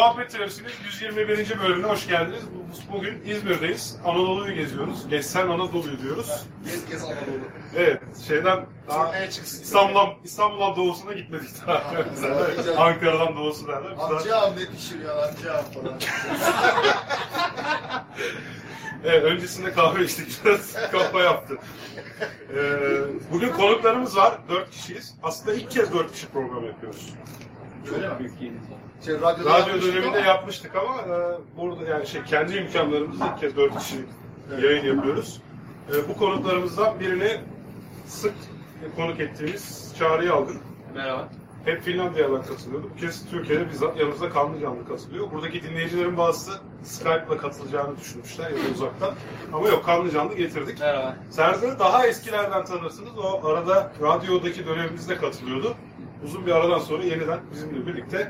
Muhabbet Teorisi'nin 121. bölümüne hoş geldiniz. Bugün İzmir'deyiz. Anadolu'yu geziyoruz. Gezsen Anadolu'yu diyoruz. Gez Anadolu. Evet, daha İstanbul'dan doğusuna gitmedik daha. Ankara'dan doğusu derler. Amcam ne pişiriyor amcam falan. Evet, öncesinde kahve içtik, biraz kafa yaptı. Bugün konuklarımız var, 4 kişiyiz. Aslında ilk kez 4 kişi program yapıyoruz. Öyle mi? Radyo döneminde yapmıştık ama burada yani kendi imkanlarımızla ilk kez 4 kişi yayın yapıyoruz. Bu konuklarımızdan birini sık konuk ettiğimiz Çağrı'yı aldık. Merhaba. Hep Finlandiya'dan katılıyordu. Bu kez Türkiye'de bizzat yanımızda canlı canlı katılıyor. Buradaki dinleyicilerin bazısı Skype'la katılacağını düşünmüşler ya da uzaktan. Ama yok, canlı canlı getirdik. Merhaba. Serdar'ı daha eskilerden tanırsınız. O arada radyodaki dönemimizde katılıyordu. Uzun bir aradan sonra yeniden bizimle birlikte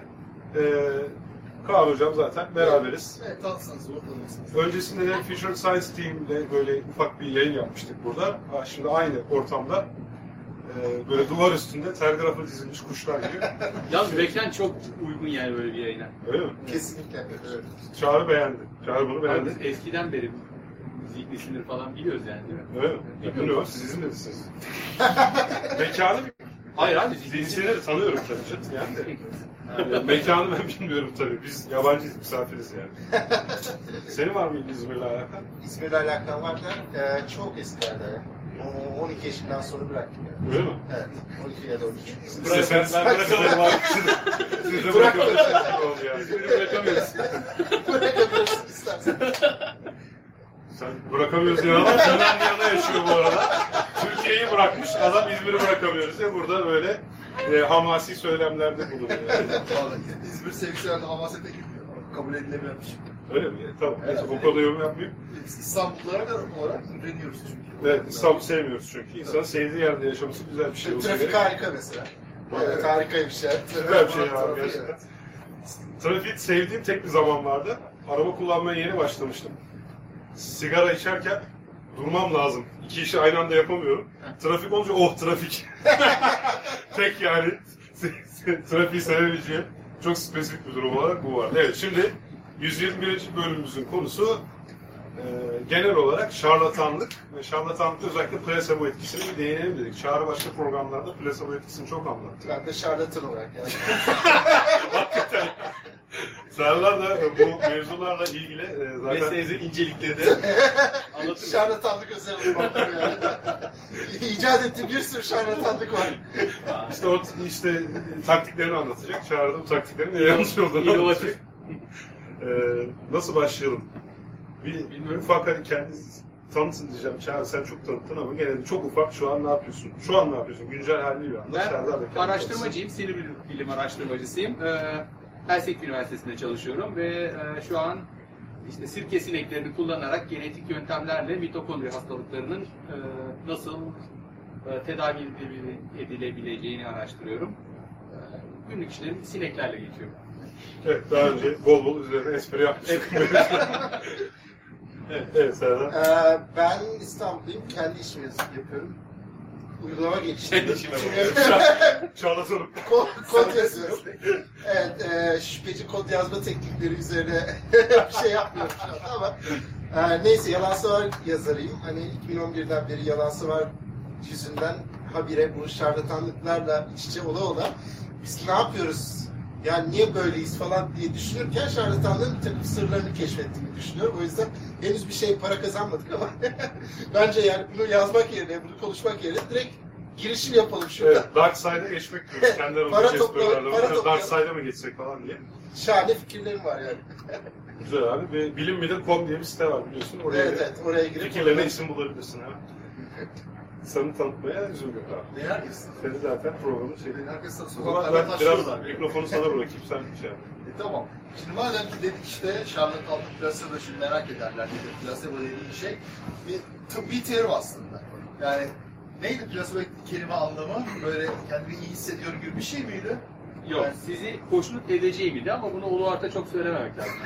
Kaan Hocam zaten beraberiz. Evet, tanırsınız, tanırsınız. Öncesinde de Future Science Team'le böyle ufak bir yayın yapmıştık burada. Şimdi aynı ortamda böyle duvar üstünde telgrafa dizilmiş kuşlar gibi. Yalnız mekan çok uygun yani böyle bir yayına. Öyle mi? Kesinlikle. Evet. Çağrı beğendi. Çağrı bunu beğendi. Biz eskiden beri müzik nesindir falan biliyoruz yani değil mi? Öyle mi? Bilmiyorum. Siz izin misiniz? Mekanı Hayır abi. dinleyicileri tanıyorum tabii canım yani de. Yani mekanı ben bilmiyorum tabii. Biz yabancıyız, misafiriz yani. Senin var mı İzmir'le alakan? İzmir'le alakam var da çok eskilerde. 12 yaşından sonra bıraktım yani. Öyle mi? Evet. 12 ya da 13. Ben bırakalım abi. Siz de bırakamıyorsunuz. İzmir'i bırakamıyoruz. Bırakabilirsin istersen. Sen bırakamıyoruz ya. Adam Finlandiya'da yaşıyor bu arada. Türkiye'yi bırakmış, adam İzmir'i bırakamıyoruz diye burada böyle hamasi söylemlerde bulunuyor. Vallahi İzmir sevgisilerinde hamasete girmiyor. Kabul edilememiş. Öyle mi? Tamam. Neyse, bu konuda yorum yapmayayım. Biz İstanbullulara da olarak imreniyoruz çünkü. Evet, İstanbul'u sevmiyoruz çünkü. İnsanın sevdiği yerde yaşaması güzel bir şey olsa Trafik gerek. harika mesela. Evet, harika bir şey. Güzel bir şey abi gerçekten. Trafiği sevdiğim tek bir zaman vardı. Araba kullanmaya yeni başlamıştım. Sigara içerken durmam lazım. İki işi aynı anda yapamıyorum. Trafik olunca trafik. Tek yani trafiği sevebileceğim çok spesifik bir durum olarak bu var. Evet, şimdi 121. bölümümüzün konusu genel olarak şarlatanlık ve şarlatanlıkta özellikle plasebo etkisini bir değinelim dedik. Çağrı başka programlarda plasebo etkisini çok anlattı. Ben de şarlatan olarak yani. Hakikaten. Serdar da bu mevzularla ilgili zaten Mesleğinizin inceliklerini anlatın. Şarlatanlık özelliği var yani. İcat ettiğim bir sürü şarlatanlık var. işte taktiklerini anlatacak. Çağrı da bu taktiklerin ne yanlış olduğunu anlatacak. Nasıl başlayalım? Bilmiyorum, ufak hadi kendiniz tanıtın diyeceğim. Çağrı sen çok tanıttın ama gene de çok ufak. Şu an ne yapıyorsun? Şu an ne yapıyorsun? Güncel halini bir anlat. Ben araştırmacıyım, sinir bilim araştırmacısıyım. Helsinki Üniversitesi'nde çalışıyorum ve şu an işte sirke sineklerini kullanarak genetik yöntemlerle mitokondri hastalıklarının nasıl tedavi edilebileceğini araştırıyorum. Günlük işlerim sineklerle geçiyor. Evet, daha önce bol bol üzerine espri yapmıştık. Evet Serdar. Ben İstanbul'dayım. Kendi işimi yapıyorum. Uygulama Kendi geliştiriyorum. işime Çağlatalım. Kod yazıyorum. Evet, şüpheci kod yazma teknikleri üzerine bir şey yapmıyorum şu anda ama neyse, Yalan Savar yazarıyım. Hani 2011'den beri Yalan Savar yüzünden habire bu şarlatanlıklarla iç içe ola biz ne yapıyoruz? Yani niye böyleyiz falan diye düşünürken şarlatanlığın bir takım sırlarını keşfettiğimi düşünüyorum. O yüzden henüz bir şey para kazanmadık ama bence yani bunu yazmak yerine, bunu konuşmak yerine direkt girişim yapalım şurada. Evet, Dark Side'a geçmek diyoruz. Kendi aramızda esprilerle. Dark Side'a mı geçsek falan diye. Şahane fikirlerim var yani. Güzel abi. Ve bilimbilim.com diye bir site var biliyorsun. Evet, oraya girip fikirlerine isim bulabilirsin abi. Seni tanıtmaya lüzum yok abi. Ne herkes? Seni zaten programın şeyi. Herkes sana Ben biraz mikrofonu sana bırakayım, sen bir şey yap. Tamam. Şimdi madem ki dedik işte şarlatanlık, plasebo, şimdi merak ederler nedir plasebo dediğin şey bir tıbbi terim aslında. Yani neydi plasebo kelime anlamı? Böyle kendimi iyi hissediyorum gibi bir şey miydi? Yok, Yani sizi hoşnut edeceğimiydi ama bunu uluarta çok söylememek lazım.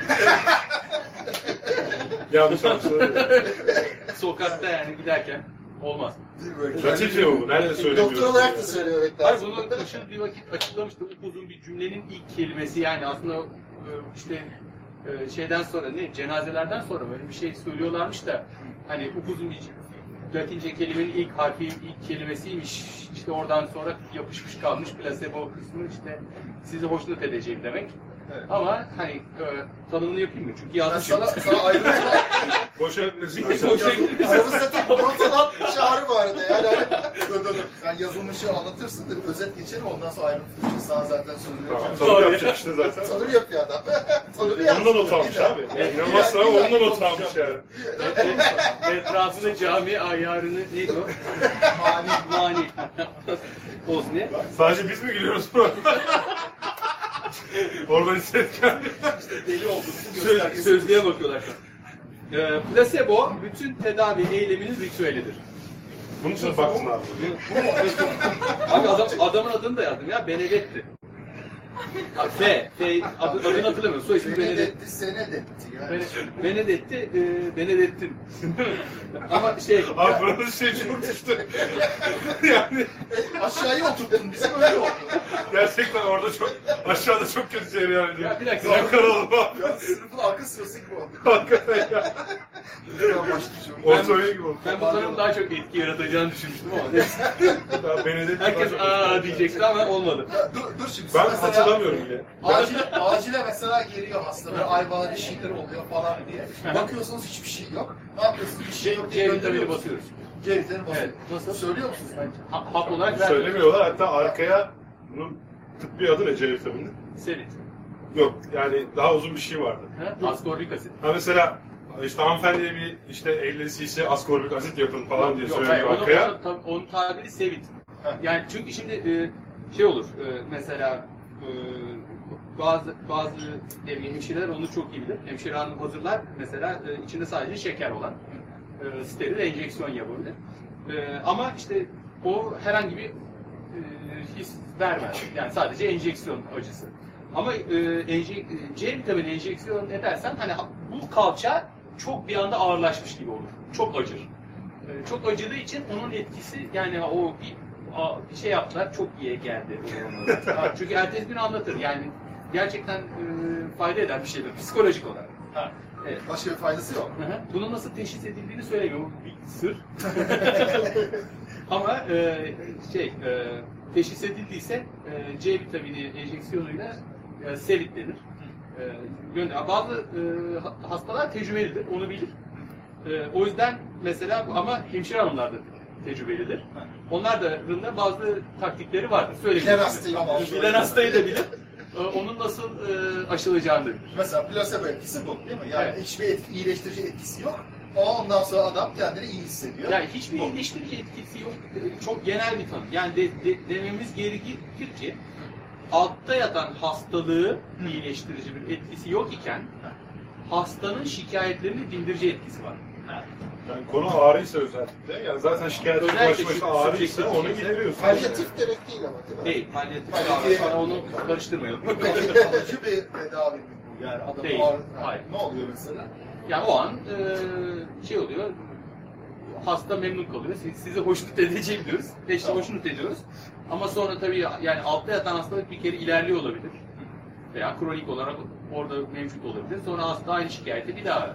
Yanlış anlaşılıyor. Sokakta yani giderken olmaz. Latife o, nerede söylemiyorsun? Doktor olarak da söylemek Hayır, lazım. bunu Işıl bir vakit açıklamıştı. Uzun bir cümlenin ilk kelimesi yani aslında işte şeyden sonra cenazelerden sonra böyle bir şey söylüyorlarmış da hani upuzun bir Latince kelimenin ilk harfi, ilk kelimesiymiş. İşte oradan sonra yapışmış kalmış placebo kısmı işte sizi hoşnut edeceğim demek. Evet. Ama hani tanımını yapayım mı? Çünkü Ben yazmışım. sana ayrıntılı Boşa etmesin. Aramızda tek ortadan çağrı bu arada yani. dur. Sen yazılmışı anlatırsın da bir özet geçelim ondan sonra ayrıntılı sana zaten söylüyorum. Tamam, tanım yapacak işte zaten. Tanım yapıyor adam. Tanımı yapsın. Ondan not almış abi. İnanmazsın ama ondan not almış yani. Etrafını cami ayarını neydi o? Mani. Olsun ne? Sadece biz mi gülüyoruz buna? Oradan hisset geldi. Deli oldum. Sözlüğe bakıyorlar şu an. Placebo bütün tedavi eyleminin ritüelidir. Bunun için baktın abi. Abi adamın adını da yazdım ya, Benedetti. Adını hatırlamıyorum, soy ismi Benedetti. Senedetti, senedetti yani. Benedettin. Ama şey... Abi buranın şey çok düştü. Yani Aşağıya oturttun bizim öyle oldu. gerçekten orada çok aşağıda çok kötü cereyan ediyor. Ya bir dakika. Sen karalım abi. Ya sınıfın arka sırası gibi oldu. Hakikaten ya. Lütfen başlayacağım. Orta gibi oldu. Ben bu tanımın daha çok etki yaratacağını düşünmüştüm ama neyse. Ya Benedetto Herkes aa diyecekti ama olmadı. Dur şimdi. Ben mesela hatırlamıyorum bile. Acile mesela geliyor hasta böyle ay bana bir şeyler oluyor falan diye. Bakıyorsunuz hiçbir şey yok. Ne yapıyorsunuz? Bir şey yok diye C vitamini gönderiyorsunuz. basıyoruz. C vitamini basıyoruz. Evet. Nasıl? Söylüyor musunuz? Hap olarak vermiyoruz. Söylemiyorlar hatta arkaya bunun tıbbi adı ne C vitamini? Serit. Yok yani daha uzun bir şey vardı. Askorbic asit. Ha mesela işte hanımefendiye bir işte 50 cc askorbik asit yapın falan diye Yok, hayır, söylüyor arkaya. onun tabiri sevit. Heh. Yani çünkü şimdi şey olur, mesela bazı hemşireler onu çok iyi bilir. Hemşire hanım hazırlar mesela içinde sadece şeker olan steril enjeksiyon yapabilir. Ama işte o herhangi bir his vermez. Yani sadece enjeksiyon acısı. Ama C vitamini enjeksiyon edersen hani bu kalça çok bir anda ağırlaşmış gibi olur. Çok acır. Çok acıdığı için onun etkisi yani o bir şey yaptılar çok iyi geldi. Çünkü ertesi gün anlatır. Yani gerçekten fayda eden bir şeydir psikolojik olarak. Evet. Başka bir faydası yok. Bunun nasıl teşhis edildiğini söylemiyorum. Bir sır. Ama teşhis edildiyse C vitamini enjeksiyonuyla sevit denir. Bazı hastalar tecrübelidir, onu bilir. O yüzden mesela ama hemşire hanımlar da tecrübelidir. Onlar da bazı taktikleri vardır. Bilen hastayı Bilen hastayı da bilir. Onun nasıl aşılacağını da bilir. Mesela plasebo etkisi bu değil mi? Yani Evet. hiçbir iyileştirici etkisi yok. Ama ondan sonra adam kendini iyi hissediyor. Yani hiçbir iyileştirici etkisi yok. Çok genel bir tanım. Yani dememiz gerekir ki altta yatan hastalığı iyileştirici bir etkisi yok iken hastanın şikayetlerini dindirici etkisi var. Yani konu ağrıysa özellikle yani zaten şikayet Özellikle başına şu ağrıysa onu subjektif gideriyorsun. Palyatif demek değil ama değil mi? Değil, palyatif Palyatif. sonra onu karıştırmayalım. Kalıcı bir tedavi mi bu? Yani adam Değil, hayır. Ne oluyor mesela? Yani o an şey oluyor, hasta memnun kalıyor. Sizi hoşnut edeceğim diyoruz. İşte hoşnut ediyoruz. Ama sonra tabii yani altta yatan hastalık bir kere ilerliyor olabilir. Veya kronik olarak orada mevcut olabilir. Sonra hasta aynı şikayete bir daha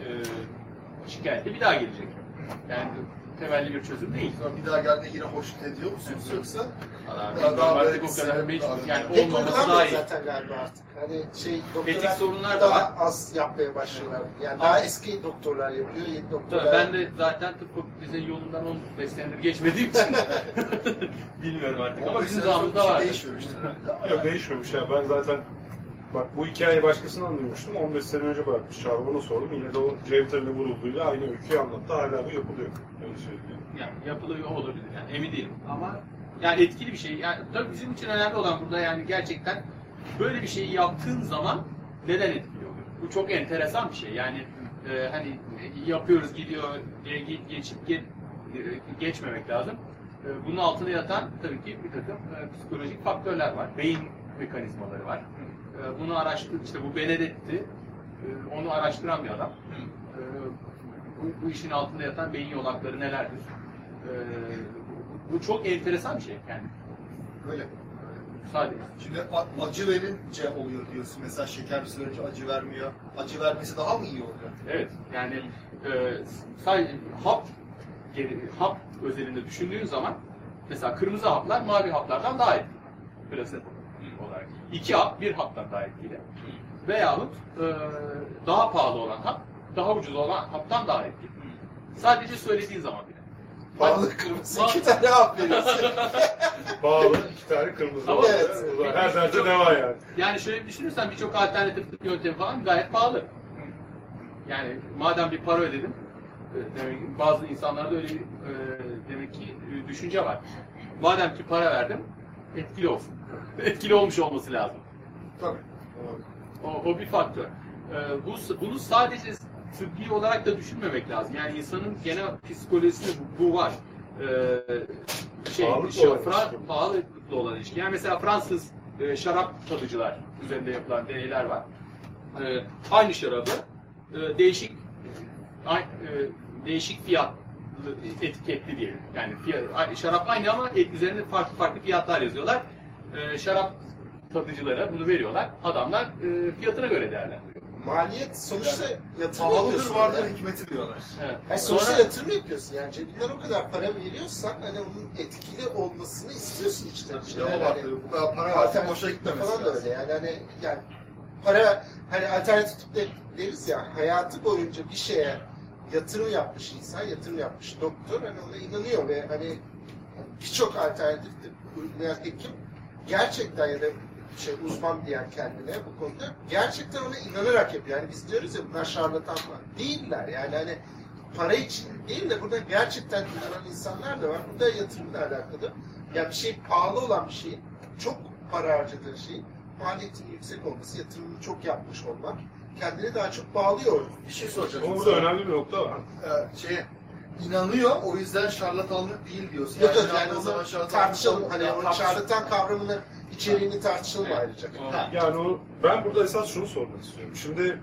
gelecek. Yani temelli bir çözüm değil. Sonra bir daha geldiğinde yine hoşnut ediyor musunuz yoksa? Adam artık o kadar mecbur. Yani Pek olmaması daha uygulanmıyor iyi. zaten galiba artık. Hani Etik doktorlar sorunlar da var. daha az yapmaya başlıyorlar. Yani daha eski doktorlar yapıyor, yeni doktorlar. Tabii ben de zaten tıp fakültesinin yolundan 15 senedir geçmediğim için bilmiyorum artık ama bizim zamanımızda vardı. Değişmemiştir. Yok değişmemiş ya ben zaten bak bu hikayeyi başkasından duymuştum 15 sene önce bırakmış Çağrı ona sordum yine de o C vitamini vurulduğuyla aynı öyküyü anlattı hala bu yapılıyor. Öyle söyleyeyim. Yani yapılıyor olabilir yani emin değilim ama yani etkili bir şey. Yani tabii bizim için önemli olan burada yani gerçekten böyle bir şeyi yaptığın zaman neden etkili oluyor? Bu çok enteresan bir şey. Yani hani yapıyoruz gidiyor geçmemek lazım. Bunun altına yatan tabii ki bir takım psikolojik faktörler var. Beyin mekanizmaları var. Bunu işte bu Benedetti, onu araştıran bir adam. Bu işin altında yatan beyin yolakları nelerdir? Bu çok enteresan bir şey yani. Öyle. Sadece. Şimdi acı verince oluyor diyorsun. Mesela şeker bir süre önce acı vermiyor. Acı vermesi daha mı iyi oluyor? Evet. Yani sadece hap özelinde düşündüğün zaman mesela kırmızı haplar mavi haplardan daha etkili. Plasebo olarak. 2 hap 1 haptan daha etkili. Veyahut daha pahalı olan hap daha ucuz olan haptan daha etkili. Sadece söylediğin zaman bile. Pahalı kırmızı 2 tane hap veriyorsun. Pahalı 2 tane kırmızı. Ama- Evet. Her derde ne var yani? Yani şöyle bir düşünürsen birçok alternatif tıp yöntemi falan gayet pahalı. Yani madem bir para ödedim, demek ki bazı insanlarda öyle bir demek ki düşünce var. Madem ki para verdim, etkili olsun. Etkili olmuş olması lazım. Tabii. O bir faktör. Bunu sadece tıbbi olarak da düşünmemek lazım. Yani insanın genel psikolojisinde bu var. Pahalılıkla olan ilişki. Yani mesela Fransız şarap tadıcılar üzerinde yapılan deneyler var. Aynı şarabı değişik fiyat etiketli diyelim. Yani şarap aynı ama üzerinde farklı fiyatlar yazıyorlar. Şarap tadıcılara bunu veriyorlar. Adamlar fiyatına göre değerlendiriyor. Maliyet sonuçta yatırım Pahalıdır yapıyorsun. vardır Yani. hikmeti diyorlar. Evet. Yani sonuçta yatırım yapıyorsun yani cebinden o kadar para veriyorsan hani onun etkili olmasını istiyorsun içten içe. Ya Yani bak hani bu kadar para versen boşa gitmemesi falan da lazım. öyle yani para hani alternatif tıp deriz ya hayatı boyunca bir şeye yatırım yapmış insan, yatırım yapmış doktor hani ona inanıyor ve hani birçok alternatif tıp uygulayan hekim gerçekten ya da uzman diyen kendine bu konuda gerçekten ona inanarak yapıyor. Yani biz diyoruz ya bunlar şarlatan var. Değiller yani hani para için değil de burada gerçekten inanan insanlar da var. Burada yatırımla alakalı. Yani bir şey pahalı olan bir şeyin çok para harcadığı şeyin maliyetinin yüksek olması, yatırımını çok yapmış olmak kendini daha çok bağlıyor. Bir şey soracağım. Ama burada önemli bir nokta var. İnanıyor, o yüzden şarlatanlık değil diyorsun. Yok yok inandığı yani zaman onu şarlatanlık tartışalım. Hani ya, o şarlatan kavramını içeriğini tartışalım ayrıca. Yani ben burada esas şunu sormak istiyorum. Şimdi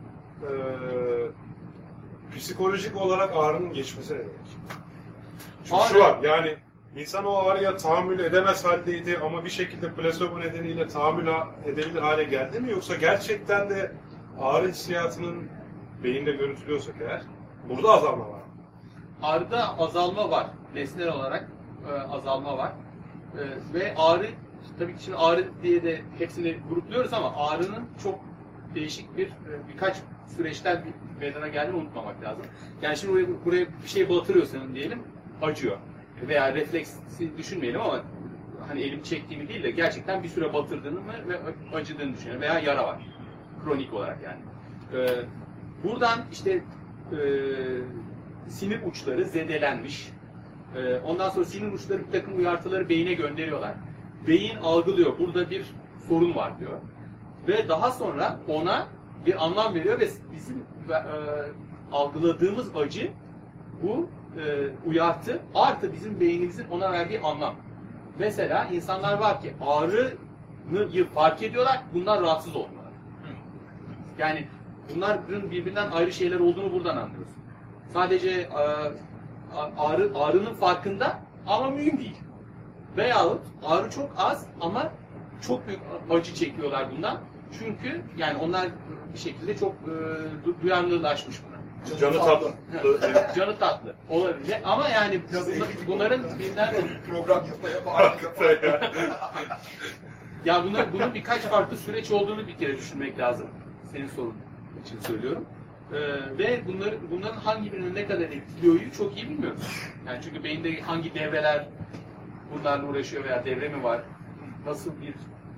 psikolojik olarak ağrının geçmesi ne demek? Çünkü şu var yani insan o ağrıya tahammül edemez haldeydi ama bir şekilde plasebo nedeniyle tahammül edebilir hale geldi mi? Yoksa gerçekten de ağrı hissiyatının beyinde görüntülüyorsak eğer burada azalma var. Ağrıda azalma var. Nesnel olarak azalma var. Ve ağrı, tabii ki şimdi ağrı diye de hepsini grupluyoruz ama ağrının çok değişik birkaç süreçten meydana geldiğini unutmamak lazım. Yani şimdi buraya bir şey batırıyorsun diyelim, acıyor. Veya refleksi düşünmeyelim ama hani elimi çektiğimi değil de gerçekten bir süre batırdığını ve acıdığını düşünelim. Veya yara var. Kronik olarak yani. Buradan işte sinir uçları zedelenmiş. Ondan sonra sinir uçları bir takım uyartıları beyine gönderiyorlar. Beyin algılıyor. Burada bir sorun var diyor. Ve daha sonra ona bir anlam veriyor ve bizim algıladığımız acı bu uyartı artı bizim beynimizin ona verdiği anlam. Mesela insanlar var ki ağrıyı fark ediyorlar, bundan rahatsız olmuyorlar. Yani bunların birbirinden ayrı şeyler olduğunu buradan anlıyoruz. Sadece ağrının farkında ama mühim değil. Veyahut ağrı çok az ama çok büyük acı çekiyorlar bundan. Çünkü yani onlar bir şekilde çok duyarlılaşmış buna. Canı tatlı. Canı tatlı. Olabilir. Ama yani bunların birbirinden program yapmaya bağlı. ya bunun birkaç farklı süreç olduğunu bir kere düşünmek lazım. Senin sorun için söylüyorum. Ve bunların hangi birinin ne kadar etkiliyor çok iyi bilmiyoruz. Yani çünkü beyinde hangi devreler bunlarla uğraşıyor veya devre mi var? Nasıl bir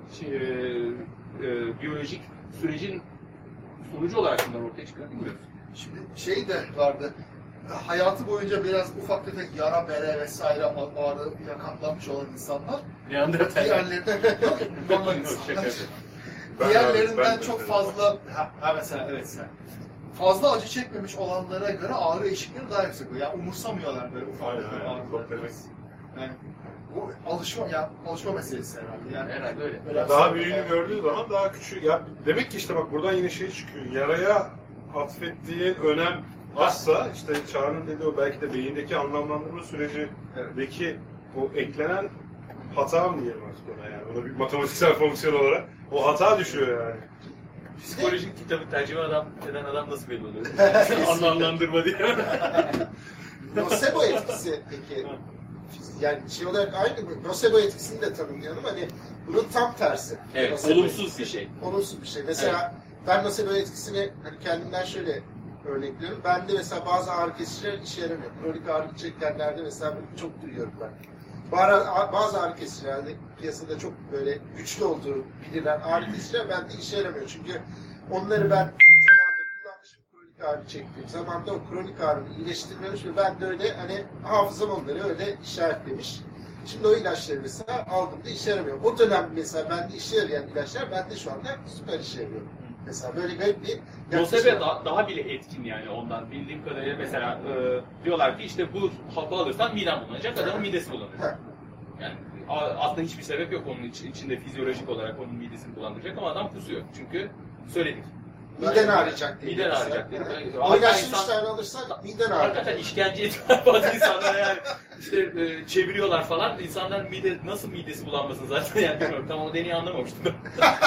biyolojik sürecin sonucu olarak bunlar ortaya çıkıyor bilmiyoruz. Şimdi şey de vardı. Hayatı boyunca biraz ufak tefek yara, bere vesaire ağrıya katlanmış olan insanlar Neandertaller. normal insanlar. Diğerlerinden çok fazla mesela evet sen. Fazla acı çekmemiş olanlara göre ağrı eşikleri daha yüksek. Yani umursamıyorlar böyle ufak tefek ağrıları. Yani bu alışma meselesi herhalde. Yani Herhalde öyle. Daha büyüğünü gördüğü zaman daha küçük. Ya demek ki işte bak buradan yine şey çıkıyor. Yaraya atfettiği önem azsa işte Çağrı'nın dediği o belki de beyindeki anlamlandırma sürecindeki o eklenen hata mı diyelim artık ona yani. Ona bir matematiksel fonksiyon olarak o hata düşüyor yani. Psikolojik kitabı tercüme eden adam nasıl belli oluyor? Anlamlandırma diye. Nocebo etkisi peki, yani şey olarak aynı mı? Nocebo etkisini de tanımlayalım. Hani bunun tam tersi. Evet, Nocebo olumsuz etkisi. bir şey. Olumsuz bir şey. Mesela ben nocebo etkisini hani kendimden şöyle örnekliyorum. Bende mesela bazı ağrı kesiciler işe yaramıyor. Kronik ağrı çekenlerde mesela bunu çok duyuyorum ben. Bazı ağrı kesicilerde piyasada çok böyle güçlü olduğu bilinen ağrı kesiciler bende işe yaramıyor. Çünkü onları ben zamanında kullanmışım, kronik ağrı çektiğim zamanda o kronik ağrını iyileştirmemiş ve ben de öyle hani hafızam onları öyle işaretlemiş. Şimdi o ilaçları mesela aldığımda işe yaramıyor. O dönem mesela bende işe yarayan ilaçlar bende şu anda süper işe yarıyor. Mesela böyle garip bir Nocebo daha bile etkin yani ondan bildiğim kadarıyla mesela diyorlar ki işte bu hapı alırsan miden bulanacak, adamın midesi bulanacak. Yani aslında hiçbir sebep yok onun içinde fizyolojik olarak onun midesini bulandıracak ama adam kusuyor. Çünkü söyledik. Miden ağrıyacak diye. Miden ağrıyacak diye. O ilaçlı işlerini alırsan miden ağrıyacak. Hakikaten işkence ediyorlar bazı insanlara yani. İşte çeviriyorlar falan. İnsanlar nasıl midesi bulanmasın zaten yani bilmiyorum. Tam o deneyi anlamamıştım ben.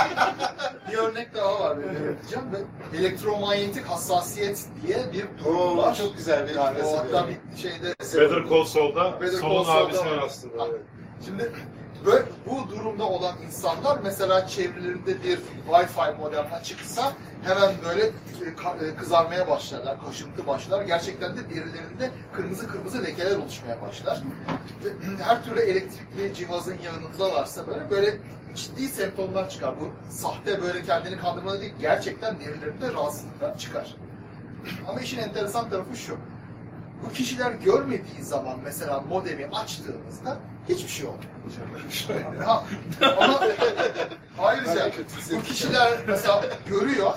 Bir örnek daha var benim yapacağım ve elektromanyetik hassasiyet diye bir durum var. Çok güzel bir Yani o hatta bir şeyde Better Call Saul'da Better Call Saul'un Saul'da abisinin var. aslında. Evet. Şimdi böyle bu durumda olan insanlar mesela çevrelerinde bir Wi-Fi modem çıksa hemen böyle kızarmaya başlarlar, kaşıntı başlar. Gerçekten de derilerinde kırmızı lekeler oluşmaya başlar. Her türlü elektrikli cihazın yanındalarsa böyle ciddi semptomlar çıkar. Bu sahte böyle kendini kandırma değil, gerçekten derilerinde rahatsızlıklar çıkar. Ama işin enteresan tarafı şu. Bu kişiler görmediği zaman mesela modemi açtığınızda hiçbir şey olmuyor. Ama ayrıca bu kişiler mesela görüyor,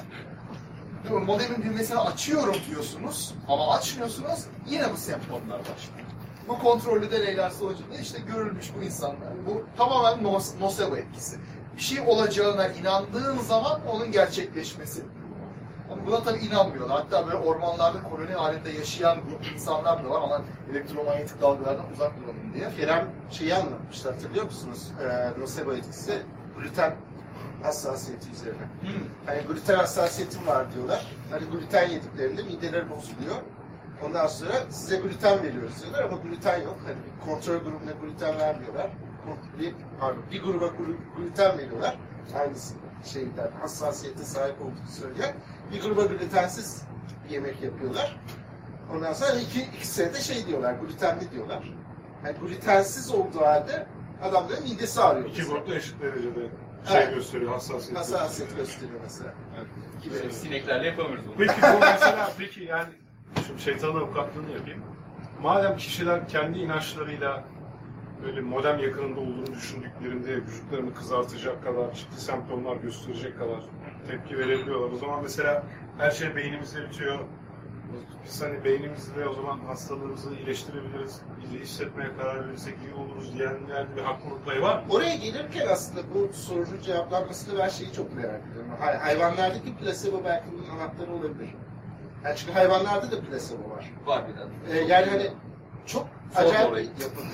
modemin düğmesini açıyorum diyorsunuz ama açmıyorsunuz, yine bu semptomlar başlıyor. Bu kontrollü deneyler sonucunda işte görülmüş bu insanlar. Bu tamamen nocebo etkisi. Bir şey olacağına inandığın zaman onun gerçekleşmesi. Ama buna tabii inanmıyorlar. Hatta böyle ormanlarda koloni halinde yaşayan grup insanlar da var ama elektromanyetik dalgalardan uzak duralım diye. Kerem şeyi anlatmıştı, hatırlıyor musunuz? Nocebo etkisi gluten hassasiyeti üzerine. Hani gluten hassasiyetim var diyorlar. Hani gluten yediklerinde mideleri bozuluyor. Ondan sonra size gluten veriyoruz diyorlar ama gluten yok. Hani bir kontrol grubuna gluten vermiyorlar. Bir gruba gluten veriyorlar. Aynısı şeyden hassasiyete sahip olduğunu söylüyor. Bir gruba glutensiz yemek yapıyorlar. Ondan sonra ikisine de şey diyorlar, glutenli diyorlar. Yani glutensiz olduğu halde adamların midesi ağrıyor. İki grupta eşit derecede Evet. gösteriyor, hassasiyet. Hassasiyet gösteriyor mesela. Evet. Sineklerle yapamıyoruz bunu. Peki bu mesela, yani şimdi şeytanın avukatlığını yapayım. Madem kişiler kendi inançlarıyla böyle modem yakınında olduğunu düşündüklerinde vücutlarını kızartacak kadar, ciddi semptomlar gösterecek kadar tepki verebiliyorlar. O zaman mesela her şey beynimizde bitiyor. Biz hani beynimizle o zaman hastalığımızı iyileştirebiliriz, iyi hissetmeye karar verirsek iyi oluruz diyenler bir haklılık payı var mı? Oraya gelirken aslında bu sorunun cevaplanmasında ben şeyi çok merak ediyorum. Hayvanlardaki plasebo belki bunun anahtarı olabilir. Yani çünkü hayvanlarda da plasebo var. Var biraz. Yani hani çok Sorma acayip bir orayı.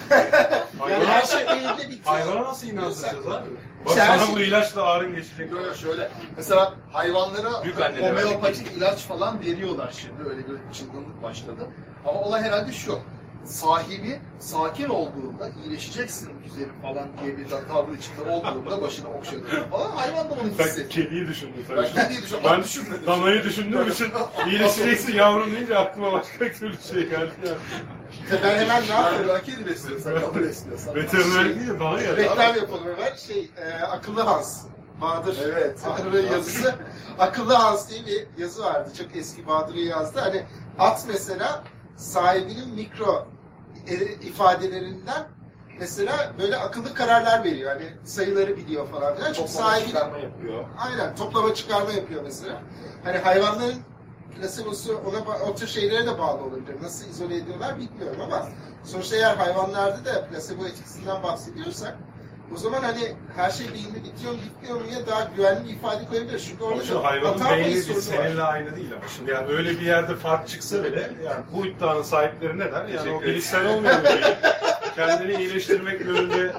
yapı. Yani her şey beyinde bitiyor. Hayvana nasıl inandıracağız abi? Bak İşte her sana şey- bu ilaçla ağrın geçecek. Böyle şöyle, mesela hayvanlara Büyük anneler homeopatik ilaç falan veriyorlar şimdi, öyle bir çılgınlık başladı. Ama olay herhalde şu, sahibi sakin olduğunda iyileşeceksin güzelim falan diye bir tavrı içinde olduğunda başını okşadığında falan hayvan da onu Ben hissediyor. kediyi düşündüm tabii. Ben kediyi düşündüm, Ben düşünmedim. danayı düşündüğüm için iyileşeceksin yavrum deyince aklıma başka türlü şey geldi ya. Ben hemen ne yapıyorum? Ben kedi besliyorsan, kabul besliyorsan. Veteriner değil de dana ya. Reklam yapalım hemen. Akıllı Hans. Bahadır. Evet. Bahadır'ın yazısı. Akıllı Hans diye bir yazı vardı. Çok eski Bahadır'ın yazdı. Hani at mesela sahibinin mikro ifadelerinden mesela böyle akıllı kararlar veriyor. Hani sayıları biliyor falan filan. Çünkü Toplama sahibinin çıkarma yapıyor. aynen toplama çıkarma yapıyor mesela. Hani hayvanların plasebosu o tür şeylere de bağlı olabilir. Nasıl izole ediyorlar bilmiyorum ama sonuçta eğer hayvanlarda da plasebo etkisinden bahsediyorsak o zaman hani her şey beyinde bitiyor mu bitmiyor mu ya daha güvenli bir ifade koyabilir. Çünkü orada Şimdi da hayvanın hata beyni payı sorunu var. seninle aynı değil ama şimdi yani öyle bir yerde fark çıksa bile yani bu iddianın sahipleri ne der? Yani o bilişsel olmayan bir beyin. kendini iyileştirmek yönünde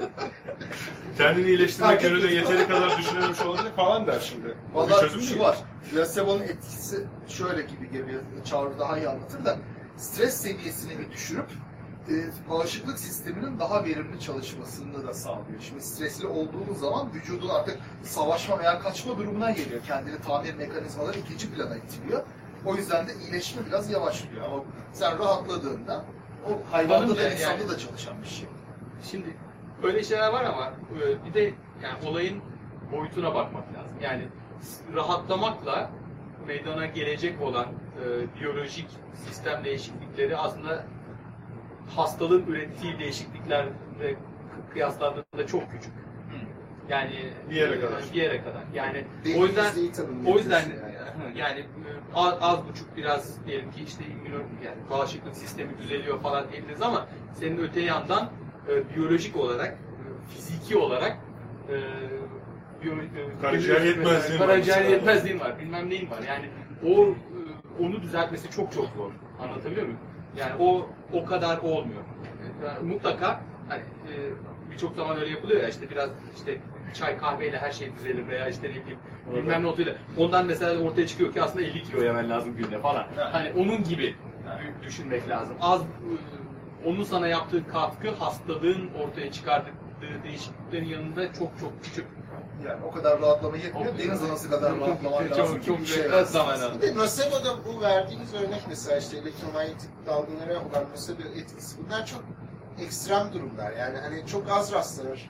yeteri kadar düşünememiş olabilir falan der şimdi. O bir Vallahi çözüm şu değil. var. Plasebo'nun etkisi şöyle gibi geliyor. Çağrı daha iyi anlatır da stres seviyesini bir düşürüp bağışıklık sisteminin daha verimli çalışmasını da sağlıyor. Şimdi stresli olduğumuz zaman vücudun artık savaşma veya kaçma durumuna geliyor. Kendini tamir mekanizmaları ikinci plana itiliyor. O yüzden de iyileşme biraz yavaşlıyor. Ama sen rahatladığında o hayvanda da Yani- insanda da çalışan bir şey. Şimdi öyle şeyler var ama bir de yani olayın boyutuna bakmak lazım. Yani rahatlamakla meydana gelecek olan biyolojik sistem değişiklikleri aslında hastalığın ürettiği değişikliklerle kıyaslandığında çok küçük. Yani Bir yere kadar. Bir yere kadar. Yani Belli o yüzden yüzdeyi tanımlıyor o yüzden yani. yani az buçuk biraz diyelim ki işte yani bağışıklık sistemi düzeliyor falan diyebiliriz ama senin öte yandan biyolojik olarak, fiziki olarak Karaciğer yetmezliğin var karaciğer mesela. yetmezliğin var, bilmem neyin var. Yani onu düzeltmesi çok çok zor. Anlatabiliyor muyum? Yani o kadar olmuyor. Yani mutlaka hani birçok zaman öyle yapılıyor ya işte biraz işte çay kahveyle her şey düzelir veya işte ne bileyim bilmem ne otuyla. Ondan mesela ortaya çıkıyor ki aslında 50 kilo yemen lazım günde falan. Hani onun gibi düşünmek lazım. Az onun sana yaptığı katkı hastalığın ortaya çıkardığı değişikliklerin yanında çok çok küçük. Yani o kadar rahatlama yetmiyor. Deniz anası kadar rahatlaman lazım. Çok bir şey. zaman lazım. Bir de nocebo'da bu verdiğimiz örnek mesela işte elektromanyetik dalgalara olan nocebo etkisi bunlar çok ekstrem durumlar. Yani hani çok az rastlanır.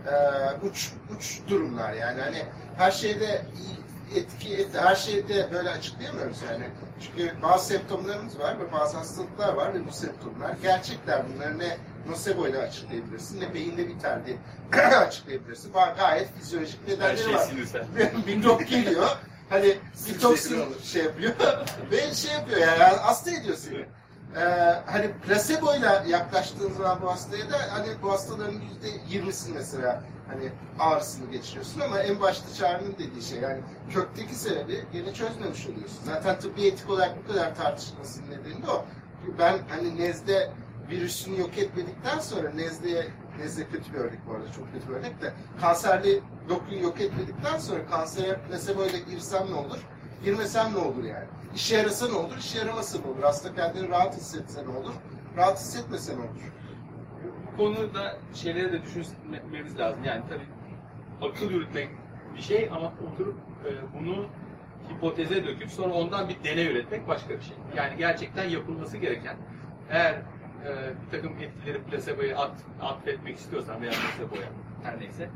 Uç durumlar yani hani her şeyde her şeyde böyle açıklayamıyoruz yani. Çünkü bazı semptomlarımız var ve bazı hastalıklar var ve bu semptomlar gerçekler. Bunları ne nocebo ile açıklayabilirsin ne beyinde biter diye açıklayabilirsin. Gayet fizyolojik Her nedenleri şey var. sinirsel. Mikrop geliyor. Hani bir toksin şey yapıyor ve şey yapıyor yani hasta ediyor seni. Hani placebo ile yaklaştığın zaman bu hastaya da hani bu hastaların %20'sini mesela hani ağrısını geçiriyorsun ama en başta Çağrı'nın dediği şey yani kökteki sebebi gene çözmemiş oluyorsun. Zaten tıbbi etik olarak bu kadar tartışılmasının nedeni de o. Ben hani nezle virüsünü yok etmedikten sonra nezle kötü bir örnek bu arada çok kötü bir örnek de kanserli dokuyu yok etmedikten sonra kansere placebo ile girsem ne olur? Girmesem ne olur yani? İşe yarasa ne olur? İşe yaramasa ne olur? Hasta kendini rahat hissetse ne olur? Rahat hissetmese ne olur? Bu konuda şeyleri de düşünmemiz lazım. Yani tabii akıl yürütmek bir şey ama oturup bunu hipoteze döküp sonra ondan bir deney üretmek başka bir şey. Yani gerçekten yapılması gereken eğer bir takım etkileri plaseboya atfetmek istiyorsan veya plaseboya her neyse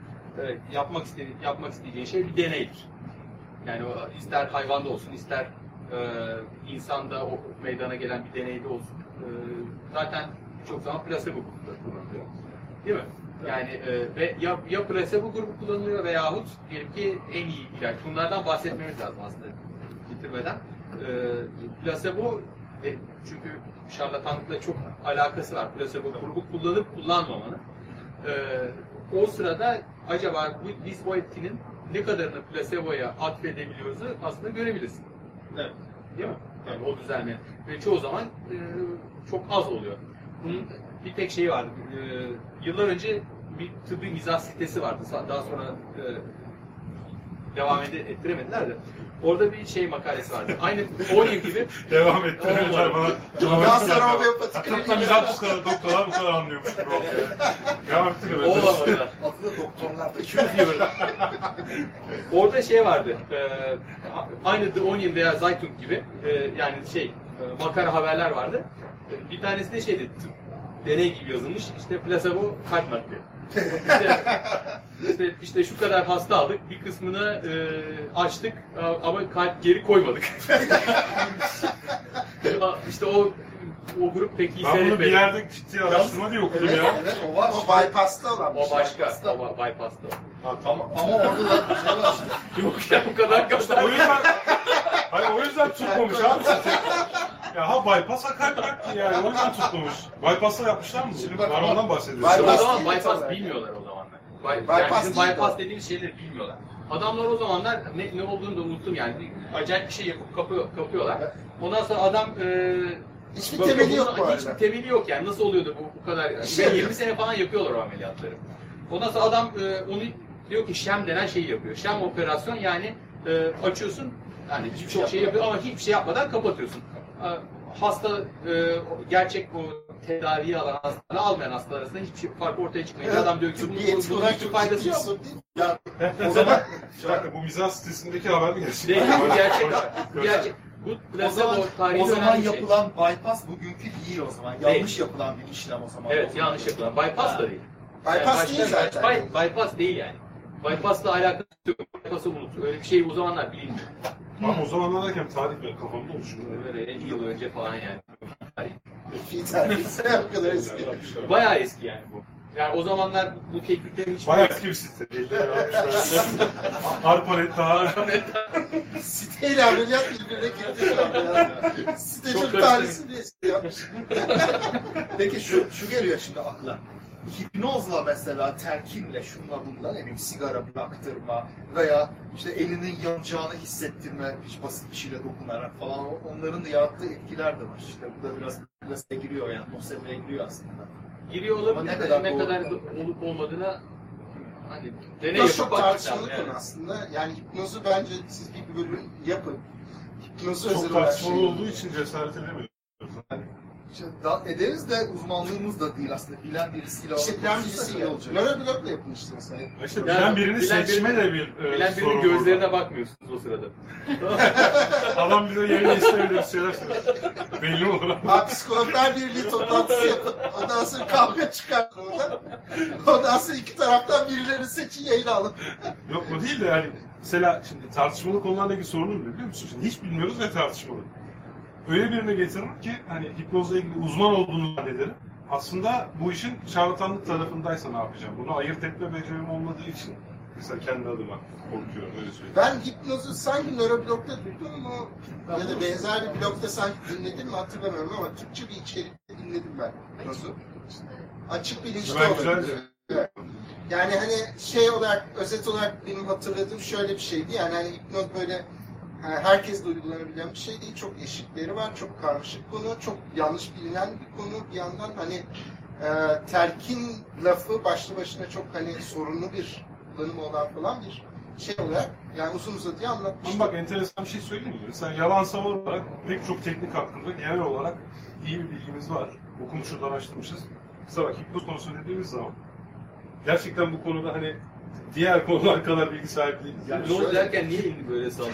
yapmak isteyeceğin şey bir deneydir. Yani o ister hayvanda olsun ister insanda o meydana gelen bir deneyde olsun. Zaten çok zaman plasebo kullanılıyor. Değil mi? Yani ve ya plasebo grubu kullanılıyor veyahut diyelim ki en iyi ilaç. Bunlardan bahsetmemiz lazım aslında bitirmeden. Plasebo çünkü şarlatanlıkla çok alakası var. Plasebo grubu kullanıp kullanmamanın. O sırada acaba biz o etkinin ne kadarını plaseboya atfedebiliyoruz aslında görebilirsin. Evet. Değil mi? Yani o düzenle. Ve çoğu zaman çok az oluyor. Bunun bir tek şeyi vardı. Yıllar önce bir tıbbi mizah sitesi vardı. Daha sonra devam ettiremediler de. Orada bir şey makalesi vardı. Aynı 10 yıl gibi. Devam ettiremediler bana. Daha sonra homeopatik Tıpta mizah doktorlar bu kadar anlıyormuş. Devam ettiremediler. Olamadılar. Adı da doktorlar da 200 yıl. Orada şey vardı. Aynı The Onion veya Zeitung gibi yani makara haberler vardı. Bir tanesi de şeydi. Deney gibi yazılmış. İşte plasebo kalp nakli. İşte şu kadar hasta aldık. Bir kısmını açtık ama kalp geri koymadık. İşte o grup pek iyi Ben bunu bir seyretmedi. yerde ciddi araştırma diye okudum ya. Evet, o var. O bypass'ta olan bir O şey. başka. O bypass'ta. Ha, tamam. Ama orada da şey var işte. Yok ya bu kadar İşte o yüzden, hayır o yüzden tutmamış abi. Ya ha bypass ha kalp nakli yani o yüzden tutmamış. Bypass'la yapmışlar mı? Şimdi bak ben ama ondan bahsediyorum. O zaman değil, bypass tabii. bilmiyorlar o zamanlar. Bypass Yani değil bypass o. dediğimiz şeyleri bilmiyorlar. Adamlar o zamanlar ne olduğunu da unuttum yani. Acayip bir şey yapıp kapıyorlar. Ondan sonra adam Hiçbir Bak, temeli yok bu bunun hiçbir arada. temeli yok yani. Nasıl oluyordu bu kadar? Yani? Şey- 20 sene falan yapıyorlar o ameliyatları. Ondan sonra adam onu diyor ki şem denen şeyi yapıyor. Şem operasyon yani açıyorsun yani çok şey yapıyor ama hiçbir şey yapmadan kapatıyorsun. Hasta gerçek o tedaviyi alan hastalarla almayan hastalar arasında hiçbir şey fark ortaya çıkmıyor. Adam diyor ki Bir etki olarak hiçbir çok faydası ciddi yok. sorun değil. Ya O zaman bir dakika, bu mizah sitesindeki haber mi gerçek? Değil, bu gerçek. Bu Görsel. gerçek. Bu o zaman, placebo tarihi o zaman dönen bir şey. yapılan bypass bugünkü değil o zaman. Değil. Yanlış yapılan bir işlem o zaman. Evet, yanlış yapılan. Bypass da değil. Bypass değil zaten. Bypass değil yani. Bypass'la alakası yok. Bypass'ı unut. Öyle bir şey o zamanlar bilinmiyor. Ama o zamanlar derken tarih böyle kafamda oluşuyor. Böyle 50 yıl önce falan yani. Fi terbiyesi o kadar eski. Bayağı eski yani bu. Yani o zamanlar bu tekniklerin hiç Bayağı eski bir site. 50'ler, 60'lar. Arpanet daha. Siteyle ameliyat birbirine girdi şu anda ya. Site Çok çok karıştı. talihsiz bir eski yapmış. Peki şu geliyor şimdi akla. Hipnozla mesela, telkinle, şunla bunla, ne bileyim sigara bıraktırma veya işte elinin yanacağını hissettirme, hiç basit bir şeyle dokunarak falan, onların da yarattığı etkiler de var. İşte bu da biraz giriyor yani, nosemeye giriyor aslında. giriyor Ama olabilir. Ne kadar olup olmadığına hani deney Hipnoz yapıp çok bakmak tartışmalı lazım. konu aslında. Yani hipnozu bence siz bir bölüm yapın. Hipnozu özel Çok olarak tartışmalı şey- olduğu için cesaret edemiyoruz. İşte ederiz de uzmanlığımız da değil aslında. Bilen birisiyle İşte bilen konuşursak birisi öyle yok. olacak. Nöroblogla yapın işte mesela. İşte Yani bilen birini bilen seçme de bir Bilen sorun birinin gözlerine bakmıyorsunuz o sırada. burada. Adam bize yayın istemediği bir şeyler söylüyor. Belli olur. Abi psikologlar birliği toplantısı yapın. Ondan sonra kavga çıkar orada. Ondan sonra iki taraftan birilerini seçin yayına alın. Yok o değil de yani mesela şimdi tartışmalı konularla ilgili sorunum ne biliyor musun? Şimdi hiç bilmiyoruz ve tartışmalı. Öyle birine getiririm ki hani hipnozla ilgili uzman olduğunu zannederim. Aslında bu işin şarlatanlık tarafındaysa ne yapacağım? Bunu ayırt etme becerim olmadığı için mesela kendi adıma korkuyorum öyle söyleyeyim. Ben hipnozu sanki nöroblogda duydum mu ya da benzer bir blogda sanki dinledim mi hatırlamıyorum ama Türkçe bir içerikte dinledim ben hipnozu. Açık bilinçli Ben olabilir. güzelce. Yani hani şey olarak, özet olarak benim hatırladığım şöyle bir şeydi. Yani hani hipnoz böyle herkes de uygulanabilen bir şey değil. Çok eşikleri var, çok karmaşık konu, çok yanlış bilinen bir konu. Bir yandan hani telkin lafı başlı başına çok hani sorunlu bir kullanımı olan falan bir şey olarak yani uzun uzadıya anlatmıştım. Ama bak enteresan bir şey söyleyeyim mi? Mesela yalan savar olarak pek çok teknik hakkında genel olarak iyi bir bilgimiz var. Okumuşuz, araştırmışız. Mesela bak hipnoz konusu dediğimiz zaman gerçekten bu konuda hani diğer konular kadar bilgi sahibi değiliz. Yani ne oldu derken niye indi böyle sandın?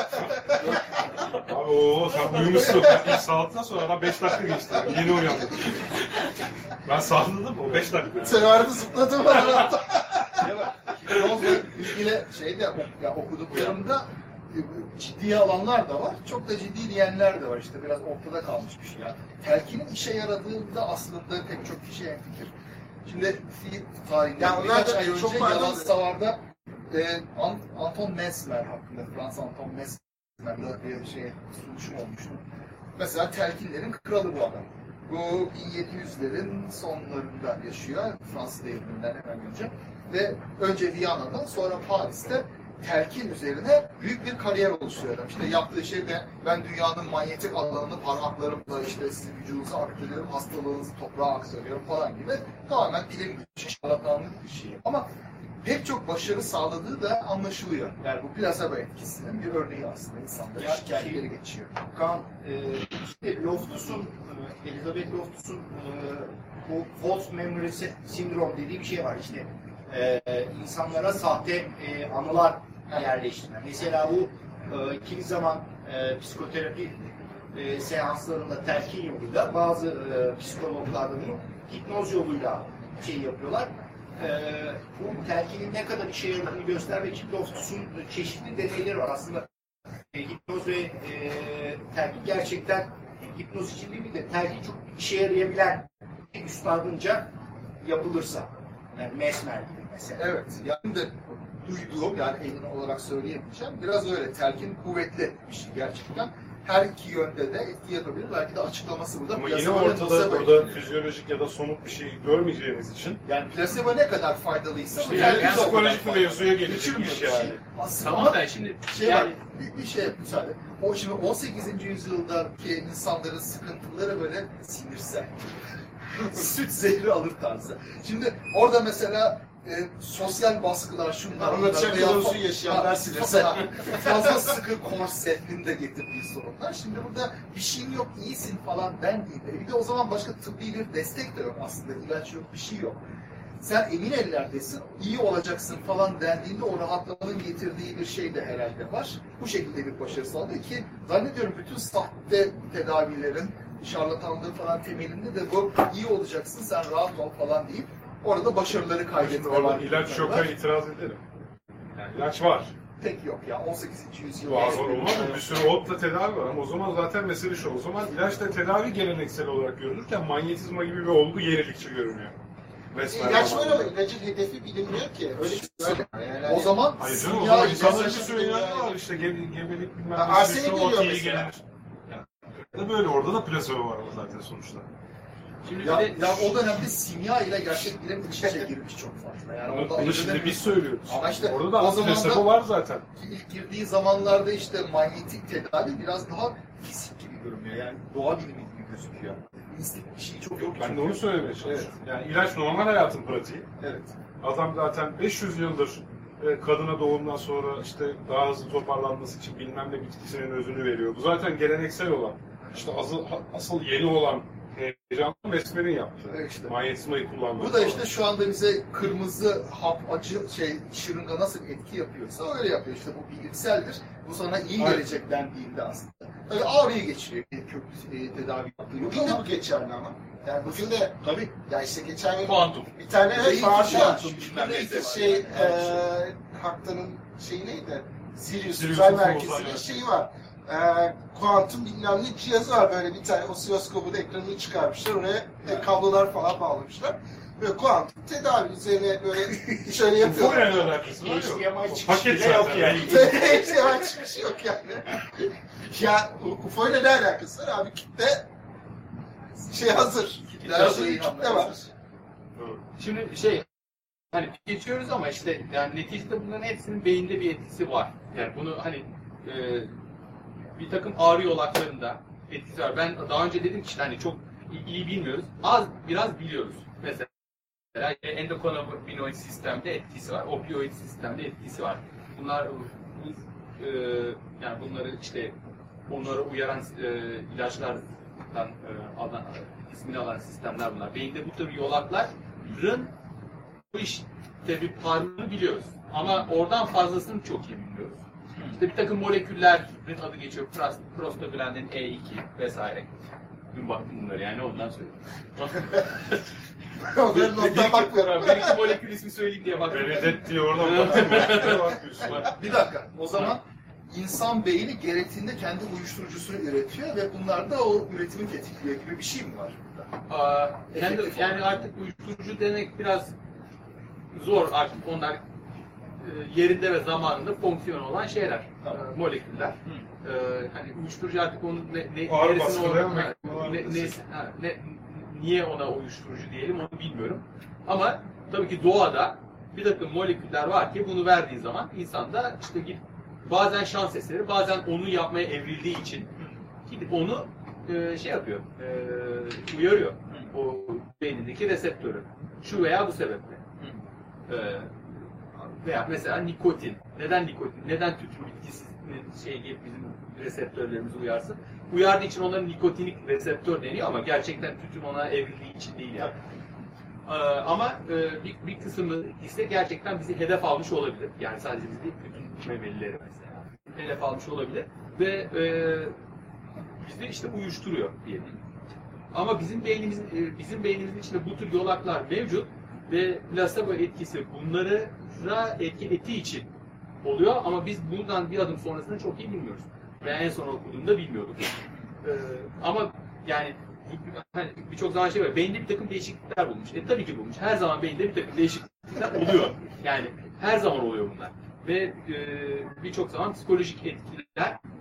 Abi ooo sen uyumuşsun. İlk sağlıktan sonra adam 5 dakika geçti. Yeni uyandım. Ben salladım o 5 dakika. Sen arada zıpladın mı? Hipnozla ilgili şeyde ya okuduklarımda ciddiye alanlar da var. Çok da ciddi diyenler de var. İşte biraz ortada kalmış bir şey. Yani telkinin işe yaradığında aslında pek çok kişi hemfikir. Şimdi fiil tarihinde Ya onlar birkaç da ay çok önce pardon. Yalan Savar'da Anton Mesmer hakkında, Fransız Anton Mesmer'da bir şey sunuşum olmuştu. Mesela telkinlerin kralı bu adam. Bu 1700'lerin sonlarında yaşıyor. Fransız devriminden hemen önce. Ve önce Viyana'da sonra Paris'te telkin üzerine büyük bir kariyer oluşturuyor adam. İşte yaptığı şey de ben dünyanın manyetik alanını parmaklarımla işte sizin vücudunuza aktarıyorum, hastalığınızı toprağa aktarıyorum falan gibi tamamen bilim dışı şarlatanlık bir şey. Ama pek çok başarı sağladığı da anlaşılıyor. Yani bu plasebo etkisinin bir örneği aslında insanların şikayetleri geçiyor. Kaan, işte Loftus'un, Elizabeth Loftus'un bu false memory sindrom dediği bir şey var işte. İnsanlara sahte anılar yerleştirme. Mesela bu kimi zaman psikoterapi seanslarında telkin yoluyla bazı psikologlar da bunu hipnoz yoluyla şey yapıyorlar. Bu telkinin ne kadar işe yaradığını göstermek için Loftus'un çeşitli deneyleri var. Aslında hipnoz ve telkin gerçekten hipnoz için değil de telkin çok işe yarayabilen üstadınca yapılırsa. Yani Mesmer gibi mesela. Evet, yani de duyduğum, yani emin olarak söyleyemeyeceğim, biraz öyle, telkin kuvvetli bir şey gerçekten. her iki yönde de etki yapabilir. Belki de açıklaması burada. Ama yine Plasebo'nun ortada nocebo burada etkili. fizyolojik ya da somut bir şey görmeyeceğimiz için Yani plasebo ne kadar faydalıysa işte yani yani psikolojik bir mevzuya gelecek Geçirmiyor iş bir yani. şey. Aslında Tamam da şimdi şey yani var, bir şey müsaade. O şimdi 18. yüzyıldaki insanların sıkıntıları böyle sinirsel. Süt zehri alır tarzı. Şimdi orada mesela sosyal baskılar, şunlar, Anlatacak veya konusu yaşayanlar sinirsel. fazla sıkı korsetinin de getirdiği sorunlar. Şimdi burada bir şeyin yok, iyisin falan dendiğinde, bir de o zaman başka tıbbi bir destek de yok aslında. İlaç yok, bir şey yok. Sen emin ellerdesin, iyi olacaksın falan dendiğinde o rahatlamanın getirdiği bir şey de herhalde var. Bu şekilde bir başarı sağlıyor ki zannediyorum bütün sahte tedavilerin, şarlatanlığı falan temelinde de bu iyi olacaksın, sen rahat ol falan deyip orada başarıları Şimdi kaydetme orada var. ilaç yoka itiraz ederim. Yani ilaç var. Pek yok ya, 18. yüzyıl. Bazen olmaz mı? Bir sürü otla tedavi var ama o zaman zaten mesele şu. O zaman ilaçla tedavi geleneksel olarak görülürken manyetizma gibi bir olgu yenilikçi görünüyor. Resmen İlaç var zamanında. ama ilacın hedefi bilinmiyor ki. Öyle bir şey var. Yani O zaman Hayır canım, o simya zaman insanların bir ilaçla sürü inancı tedavi- var işte gebelik bilmem Ha, ne. arsenik şu geliyor ot iyi mesela. gelir. Yani böyle orada da plasebo var zaten sonuçta. şimdi ya, bir de ya o dönemde simya ile gerçek bilim iç içe girmiş çok fazla. Yani orada Bunu ayırt şimdi edemiyorsun. biz söylüyoruz. Ama işte orada da o zaman plasebo da- var zaten. İlk girdiği zamanlarda işte manyetik tedavi biraz daha fizik gibi görünüyor. Yani doğa bilimi gibi gözüküyor. Mistik bir şey çok yok. Ben de onu söylemeye çalışıyorum. Evet. Yani ilaç normal hayatın pratiği. Evet. Adam zaten 500 yıldır kadına doğumdan sonra işte daha hızlı toparlanması için bilmem ne bitkisinin özünü veriyor. Bu zaten geleneksel olan, işte asıl yeni olan heyecanlı Mesmer'in yaptığı. Evet işte. Manyetizmayı kullandığı. Bu da işte şu anda bize kırmızı hap, acı şırınga nasıl etki yapıyorsa öyle yapıyor. İşte bu bilimseldir. Bu sana iyi Aynen. gelecek dendiğinde aslında. Tabii ağrıyı geçiriyor. Kök tedavi yaptığı yok bugün de ama bu geçerli ama. Yani bugün de tabii ya işte geçen gün Kuantum. bir tane Değil, vardı ya. kuantum bilmem Neydi neyse. şey Evet. Haktan'ın şeyi neydi? Sirius Sirius'un Uzay uzay Merkezi'nin merkezi. şeyi var. Kuantum bilmem ne cihazı var, böyle bir tane osiloskopun ekranını çıkarmışlar, oraya kablolar falan bağlamışlar. Böyle kuantum tedavi üzerine böyle şöyle Bu yapıyorlar. yani alakası var yok. HDMI çıkışı Paket bile yok zaten. yani. Hiç hemen çıkışı yok yani. Ya UFO ile ne alakası var abi? Kitle şey hazır. Kitler şeyi Kitle var. şimdi hani geçiyoruz ama işte yani neticede bunların hepsinin beyinde bir etkisi var. Yani bunu hani bir takım ağrı yolaklarında etkisi var. Ben daha önce dedim ki işte hani çok iyi bilmiyoruz. Biraz biliyoruz. Mesela endokannabinoid sistemde etkisi var. Opioid sistemde etkisi var. Bunlar yani bunları işte onlara uyaran ilaçlardan ismini alan sistemler bunlar. Beyinde bu tür yolakların bu işte bir parmağını biliyoruz. Ama oradan fazlasını çok iyi bilmiyoruz. İşte bir takım moleküllerin adı geçiyor. Prostaglandin E2 vesaire. Dün baktım bunları yani ondan söyleyeyim. Onların notuna bakmıyorum. Bir iki molekül ismi söyleyeyim diye baktım. Benedet diye oradan bakıyorsun. Bir dakika. O zaman insan beyni gerektiğinde kendi uyuşturucusunu üretiyor ve bunlar da o üretimi tetikliyor gibi bir şey mi var burada? Yani artık uyuşturucu demek biraz zor artık, onlar yerinde ve zamanında fonksiyon olan şeyler, Tamam. moleküller. Hani uyuşturucu artık onun Ağır neresine baskılayan ona- niye ona uyuşturucu diyelim onu bilmiyorum. Ama tabii ki doğada bir takım moleküller var ki bunu verdiği zaman insanda işte bazen şans eseri, bazen onu yapmaya evrildiği için gidip onu şey yapıyor, uyarıyor o beynindeki reseptörü. Şu veya bu sebeple. Veya mesela nikotin. Neden nikotin? Neden tütün bitkisi gelip bizim reseptörlerimizi uyarsın? Uyardığı için onların nikotinik reseptör deniyor ama gerçekten tütün ona evrildiği için değil yani. Ama bir kısmı ise gerçekten bizi hedef almış olabilir. Yani sadece biz değil, tütün memelileri mesela. Hedef almış olabilir ve bizi işte uyuşturuyor diyelim. Ama bizim beynimizin içinde bu tür yolaklar mevcut ve plasebo etkisi bunları etki ettiği için oluyor ama biz buradan bir adım sonrasını çok iyi bilmiyoruz. Ve en son okuduğumda bilmiyorduk. Ama yani hani birçok zaman şey var. Beyinde bir takım değişiklikler bulmuş. Tabii ki bulmuş. Her zaman beyinde bir takım değişiklikler oluyor. Yani her zaman oluyor bunlar. Ve birçok zaman psikolojik etkiler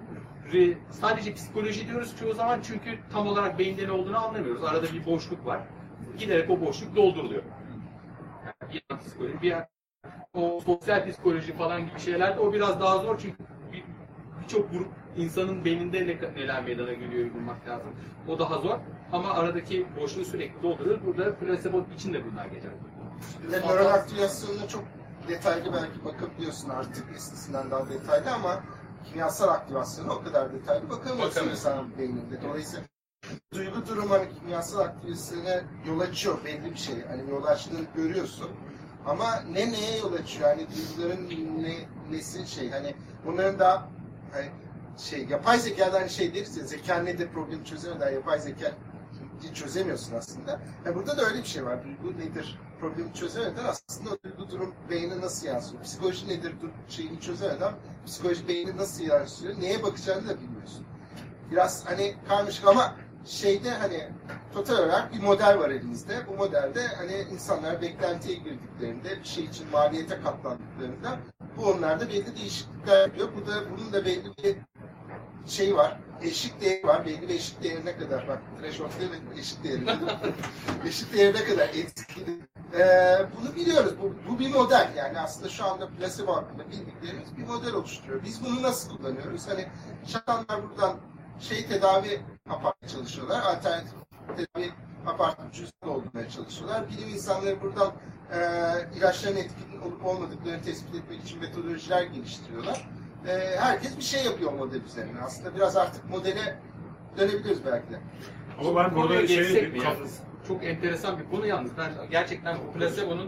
sadece psikoloji diyoruz çoğu zaman çünkü tam olarak beyinde ne olduğunu anlamıyoruz. Arada bir boşluk var. Giderek o boşluk dolduruluyor. Yani bir yan psikoloji, bir yan o sosyal psikoloji falan gibi şeylerde o biraz daha zor çünkü birçok grup insanın beyninde neler meydana geliyor bulmak lazım. O daha zor ama aradaki boşluğu sürekli dolduruyoruz. Burada plasebo için de bunlar geçer. Nöral aktivasyonuna çok detaylı belki bakabiliyorsun artık eskisinden daha detaylı ama kimyasal aktivasyona o kadar detaylı bakamıyorsun insanın beyninde. Dolayısıyla duygu durum hani kimyasal aktivasyona yol açıyor belli bir şey. Hani yol açtığını görüyorsun. Ama neye yol açıyor? Hani duyguların nesi şey hani bunların da hani yapay zekadan şey deriz ya zeka nedir problemi çözemeden yapay zeka çözemiyorsun aslında. Yani burada da öyle bir şey var. Duygu nedir problemi çözemeden aslında o duygu durum beyne nasıl yansıyor? Psikoloji nedir şeyini çözemeden psikoloji beyni nasıl yansıyor? Neye bakacağını da bilmiyorsun. Biraz hani karmaşık ama hani total olarak bir model var elimizde. Bu modelde hani insanlar beklentiye girdiklerinde bir şey için maliyete katlandıklarında bu onlarda belli değişiklikler yapıyor. Bunun da belli bir şey var. Eşik değeri var. Belli bir eşik değerine kadar bak threshold demedim eşik değeri dedim. Eşik değerine kadar etkili. Bunu biliyoruz. Bu bir model. Yani aslında şu anda plasebo hakkında bildiklerimiz bir model oluşturuyor. Biz bunu nasıl kullanıyoruz? Hani şakanlar buradan tedavi yaparmaya çalışıyorlar. Alternatif tedavi apartman çözüm doldurmaya çalışıyorlar. Bilim insanları buradan ilaçların etkili olup olmadıklarını tespit etmek için metodolojiler geliştiriyorlar. Herkes bir şey yapıyor model üzerine. Aslında biraz artık modele dönebiliriz belki de. Ama ben burada çok enteresan bir konu yalnız. Ben gerçekten bu plasebonun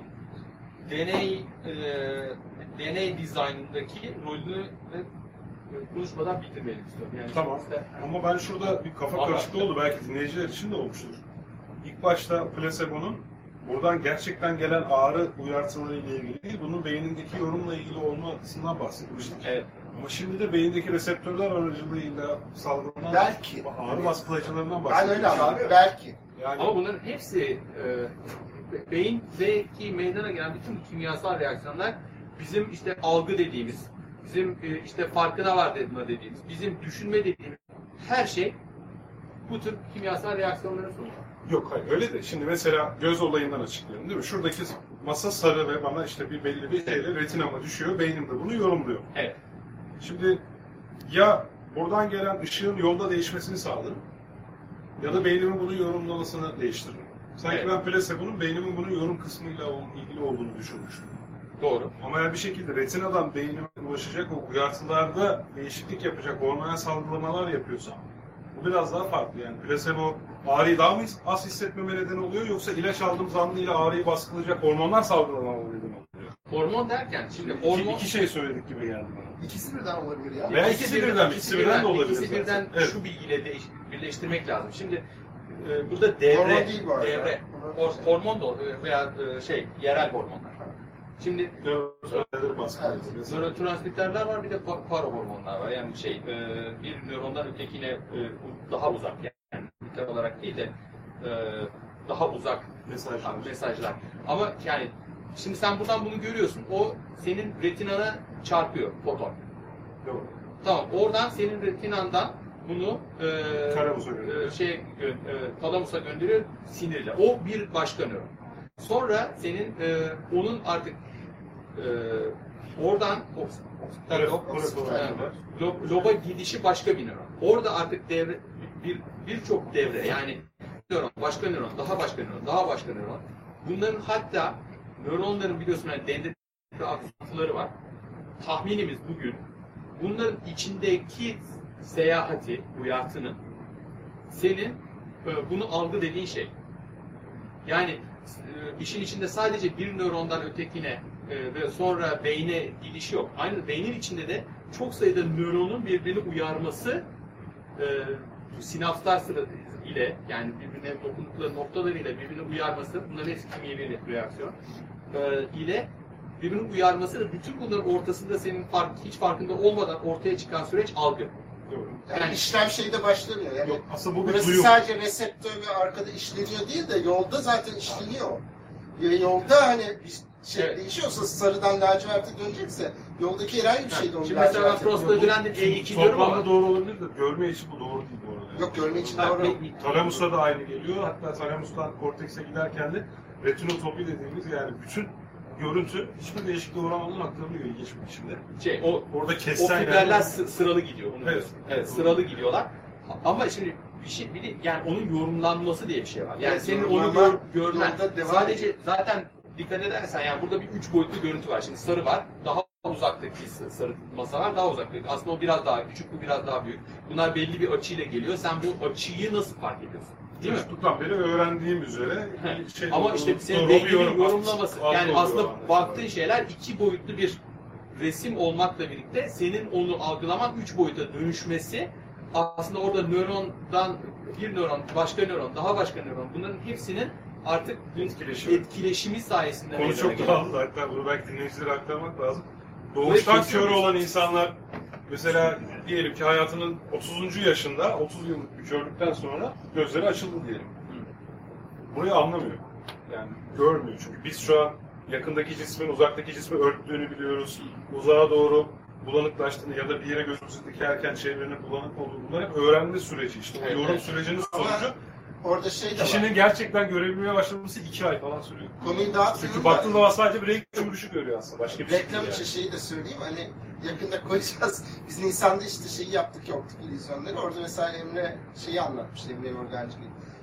DNA dizaynındaki rolünü konuşmadan bitirmeyelim istiyorum. Yani tamam. Ama ben şurada bir kafa karışıklığı oldu. Belki dinleyiciler için de olmuştur. İlk başta plasebonun buradan gerçekten gelen ağrı uyartıları ile ilgili değil, bunun beynindeki yorumla ilgili olmasından bahsetmiştik. Evet. Ama şimdi de beyindeki reseptörler aracılığıyla salgılanan belki ağrı baskılayıcılarından ben bahsediyoruz. öyle anlıyorum. Belki. Yani, ama bunların hepsi beyindeki meydana gelen bütün kimyasal reaksiyonlar bizim işte algı dediğimiz, bizim işte farkına var dediğimiz, bizim düşünme dediğimiz her şey bu tür kimyasal reaksiyonların sonucu. yok hayır öyle de şimdi mesela göz olayından açıklayalım değil mi? Şuradaki masa sarı ve bana işte bir belli bir şeyle retinama düşüyor, beynim de bunu yorumluyor. Evet. Şimdi ya buradan gelen ışığın yolda değişmesini sağlarım ya da beynimin bunu yorumlamasını değiştiririm. Sanki evet. ben plasebonun beynimin bunun yorum kısmıyla ilgili olduğunu düşünmüştüm. Doğru. Ama eğer bir şekilde retinadan beynime ulaşacak o uyartılarda değişiklik yapacak hormonal salgılamalar yapıyorsam bu biraz daha farklı. Yani plasebo ağrıyı daha mı az hissetmeme neden oluyor yoksa ilaç aldığım zannıyla ağrıyı baskılayacak hormonlar salgılamama neden oluyor? Hormon derken şimdi hormon... İki şey söyledik gibi geldi bana. İkisi birden olabilir ya. Veya ikisi birden de olabilir. İkisi birden evet. şu bilgiyle birleştirmek lazım. Şimdi burada devre, Hormon değil bu arada. devre, hormon da veya yerel hormonlar. Şimdi nörotransmitterler var bir de parahormonlar var. Yani bir nörondan ötekine daha uzak yani nükleer olarak değil de daha uzak mesajlar. Ama yani şimdi sen buradan bunu görüyorsun. O senin retinana çarpıyor foton. Doğru. Tamam. Oradan senin retinandan bunu talamusa gönderiyor sinirle. O bir başka nöron. Sonra senin onun artık oradan loba gidişi başka bir nöron. Orada artık devre birçok devre yani nöron, başka nöron, daha başka nöron, daha başka nöron. Bunların hatta nöronların biliyorsun hani dendritik aksantıları var. Tahminimiz bugün bunların içindeki seyahati, uyartının senin bunu algı dediğin şey. Yani işin içinde sadece bir nörondan ötekine ve sonra beyne gidiş yok. Aynı beynin içinde de çok sayıda nöronun birbirini uyarması sinapslar ile yani birbirine dokundukları noktalarıyla birbirini uyarması, bunların hepsi kimyevi reaksiyon ile birbirinin uyarması da bütün bunların ortasında senin hiç farkında olmadan ortaya çıkan süreç algı. Yani işlem şeyde başlamıyor. Yani yok, aslında bu burası sadece reseptör ve arkada işleniyor değil de yolda zaten işleniyor. Yolda hani bir şey değişiyorsa sarıdan laciverte dönecekse yoldaki herhangi bir şeyde onu Şimdi mesela ben biraz prostaglandin E2 diyorum ama Toplamda doğru olabilir de görme için bu doğru değil bu arada. yok, görme için Ha, doğru. Talamus'a da aynı geliyor. Hatta talamustan kortekse giderken de retinotopi dediğimiz yani bütün görüntü hiçbir değişikliğe uğramadan aktarılıyor ilginç bir biçimde. Orada o kessen fiberler sıralı gidiyor. Onu Evet. diyorsun. Evet, sıralı gidiyorlar. Ama şimdi bir de yani onun yorumlanması diye bir şey var. Yani Evet, senin onu yorumlama görmen yolda devam sadece ediyor. zaten dikkat edersen yani burada bir 3 boyutlu görüntü var. Şimdi sarı var. Daha uzaktaki sarı masa var. Daha uzaktaki. Aslında o biraz daha küçük, bu biraz daha büyük. Bunlar belli bir açıyla geliyor. Sen bu açıyı nasıl fark ediyorsun? Değil mi? Çocukluktan beri öğrendiğim üzere şey Ama işte senin beyninin yorumlaması. Yani aslında baktığın şeyler 2 boyutlu bir resim olmakla birlikte senin onu algılaman 3 boyuta dönüşmesi aslında orada nörondan bir nöron, başka nöron, daha başka nöron bunların hepsinin artık etkileşimi sayesinde Konu meydana çok geliyor. dağıldı. Hatta bunu belki dinleyicilere aktarmak lazım. Doğuştan kör olan insanlar mesela diyelim ki hayatının 30. yaşında 30 yıllık bir körlükten sonra gözleri açıldı diyelim. Burayı anlamıyor. Yani görmüyor. Çünkü biz şu an yakındaki cismin uzaktaki cismi örttüğünü biliyoruz. Uzağa doğru bulanıklaştığını ya da bir yere gözümüzü dikerken çevrenin bulanık olduğunu bunlar hep öğrenme süreci işte. O yorum sürecinin sonucu Orada şey de var. kişinin gerçekten görebilmeye başlaması 2 ay falan sürüyor. Konuyu dağıtmıyorum Çünkü da baktığın zaman sadece bir renk cümbüşü görüyor aslında. Başka bir şey reklam değil için yani. şeyi de söyleyeyim. Hani yakında koyacağız. Biz Nisan'da işte şeyi yaptık ya, optik illüzyonları. Orada mesela Emre şeyi anlatmıştı, Emre Yorgancı.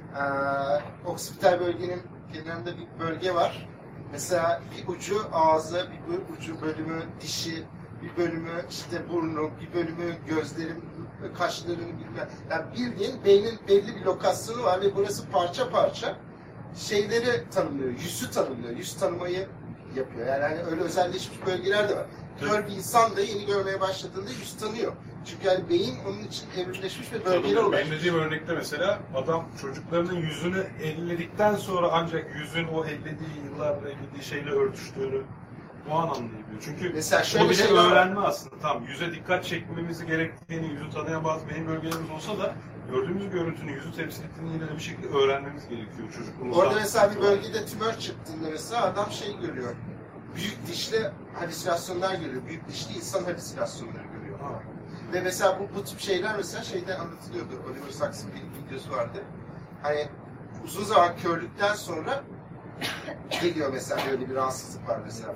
Oksipital bölgenin kenarında bir bölge var. Mesela bir ucu ağzı, bir ucu bölümü dişi, bir bölümü işte burnu, bir bölümü gözlerin, kaşların bilmem. Yani bildiğin beynin belli bir lokasyonu var ve burası parça parça şeyleri tanımlıyor, yüzü tanımlıyor, yüz tanımayı yapıyor. Yani hani öyle özelleşmiş bölgeler de var. Kör bir insan da yeni görmeye başladığında yüz tanıyor. Çünkü yani beyin onun için evrimleşmiş ve bölgeler Benim ulaşmış. dediğim örnekte mesela adam çocuklarının yüzünü elledikten sonra ancak yüzün o ellediği yıllardır ellediği şeyle örtüştüğünü o an anlayabiliyor. Çünkü Mesela şöyle o bir de şeyler var. öğrenme aslında. Tamam, yüze dikkat çekmemizi gerektiğini, yüzü tanıyan bazı beyin bölgelerimiz olsa da gördüğümüz görüntünün yüzü temsil ettiğini yine de bir şekilde öğrenmemiz gerekiyor çocukluğumuzdan. Orada mesela bir bölgede tümör çıktığında mesela adam şey görüyor. Büyük dişli halüsinasyonlar görüyor. Büyük dişli insan halüsinasyonları görüyor. Ve mesela bu tip şeyler mesela şeyde anlatılıyordu. Oliver Sacks'ın bir videosu vardı. Hani uzun zaman körlükten sonra geliyor mesela, böyle bir rahatsızlık var mesela.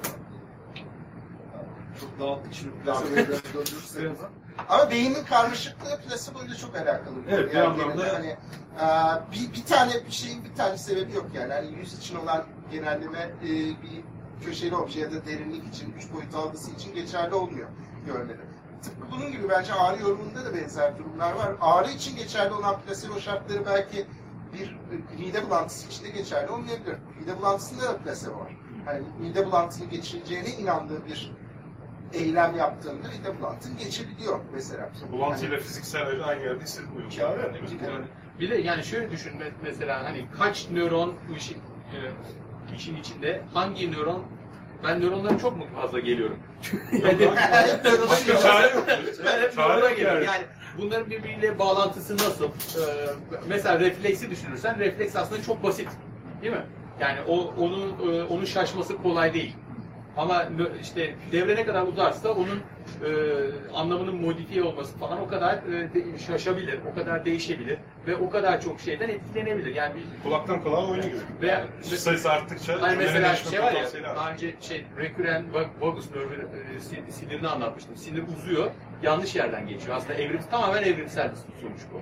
Çok dağıttık şimdi. Placebo'yu biraz döndürürsek. Ama beynin karmaşıklığı placebo ile çok alakalı. Evet, bir yani anlamda- genelde hani bir tane bir şeyin bir tane sebebi yok yani. Hani yüz için olan genelleme bir köşeli obje ya da derinlik için, üç boyut algısı için geçerli olmuyor görmede. Tıpkı bunun gibi bence ağrı yorumunda da benzer durumlar var. Ağrı için geçerli olan plasebo şartları belki bir mide bulantısı için de geçerli olmayabilir. Mide bulantısında da plasebo var. Hani mide bulantını geçireceğine inandığı bir eylem yaptığında mide bulantın geçebiliyor mesela. Bulantıyla fiziksel acı aynı yerde hissetmiyor. Bir de yani şöyle düşün mesela hani kaç nöron bu işin içinde, hangi nöron, ben nöronlara çok mu fazla geliyorum? Başka çare yok. Ben hep Çare nörona yok geliyorum. yani. Yani bunların birbiriyle bağlantısı nasıl? Mesela refleksi düşünürsen refleks aslında çok basit. Değil mi? Yani onun şaşması kolay değil. Ama işte devre ne kadar uzarsa onun anlamının modifiye olması falan o kadar şaşabilir, o kadar değişebilir ve o kadar çok şeyden etkilenebilir. Yani Kulaktan kulağa oyunu gibi. veya Sayısı arttıkça hani mesela değişme şey var ya, potansiyeli daha önce recurrent vagus nerve sinirini anlatmıştım. Sinir uzuyor, yanlış yerden geçiyor. Aslında tamamen evrimsel bir sonuç bu.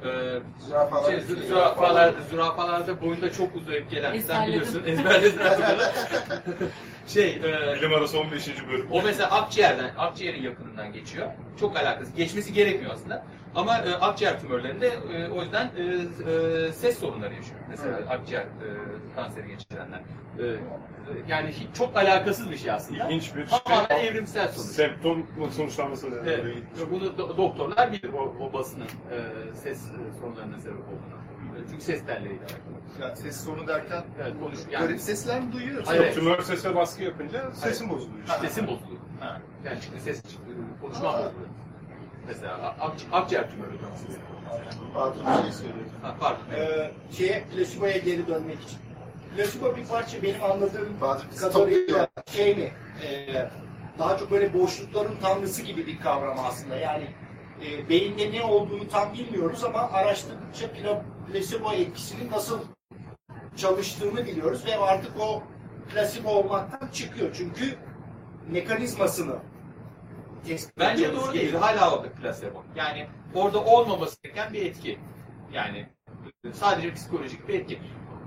Zürafalarda boyunda çok uzayıp gelen, sen Ezberledim. biliyorsun, ezberledin artık. Bilim arası 15. bölüm. O mesela akciğerin yakınından geçiyor. Çok alakası. Geçmesi gerekmiyor aslında. Ama akciğer tümörlerinde o yüzden ses sorunları yaşıyor. Mesela akciğer kanseri geçirenler. Yani çok alakasız bir şey aslında. İlginç bir Tamamen evrimsel sonuç. Semptom sonuçlanması. Evet. Bunu doktorlar bilir o basının ses sorunlarına sebep olduğunu. Çünkü ses telleriyle alakalı. Yani ses sorunu derken Evet, garip sesler mi duyuyoruz? Hayır. Tümör sesle baskı yapınca sesin bozuluyor. işte. Sesin bozuluyor. Yani çünkü ses konuşma bozuluyor. Mesela akciğer tümörü. Bahadır bir şey söylüyor. Pardon. Placebo'ya geri dönmek için. Placebo bir parça benim anladığım Bahadır bizi kadarıyla topluyor. şey mi? daha çok böyle boşlukların tanrısı gibi bir kavram aslında. Yani beyinde ne olduğunu tam bilmiyoruz ama araştırdıkça plasebo etkisinin nasıl çalıştığını biliyoruz ve artık o plasebo olmaktan çıkıyor. Çünkü mekanizmasını tespit Bence ediyoruz doğru gibi. değil. Hala orada plasebo. Yani orada olmaması gereken bir etki. Yani sadece psikolojik bir etki.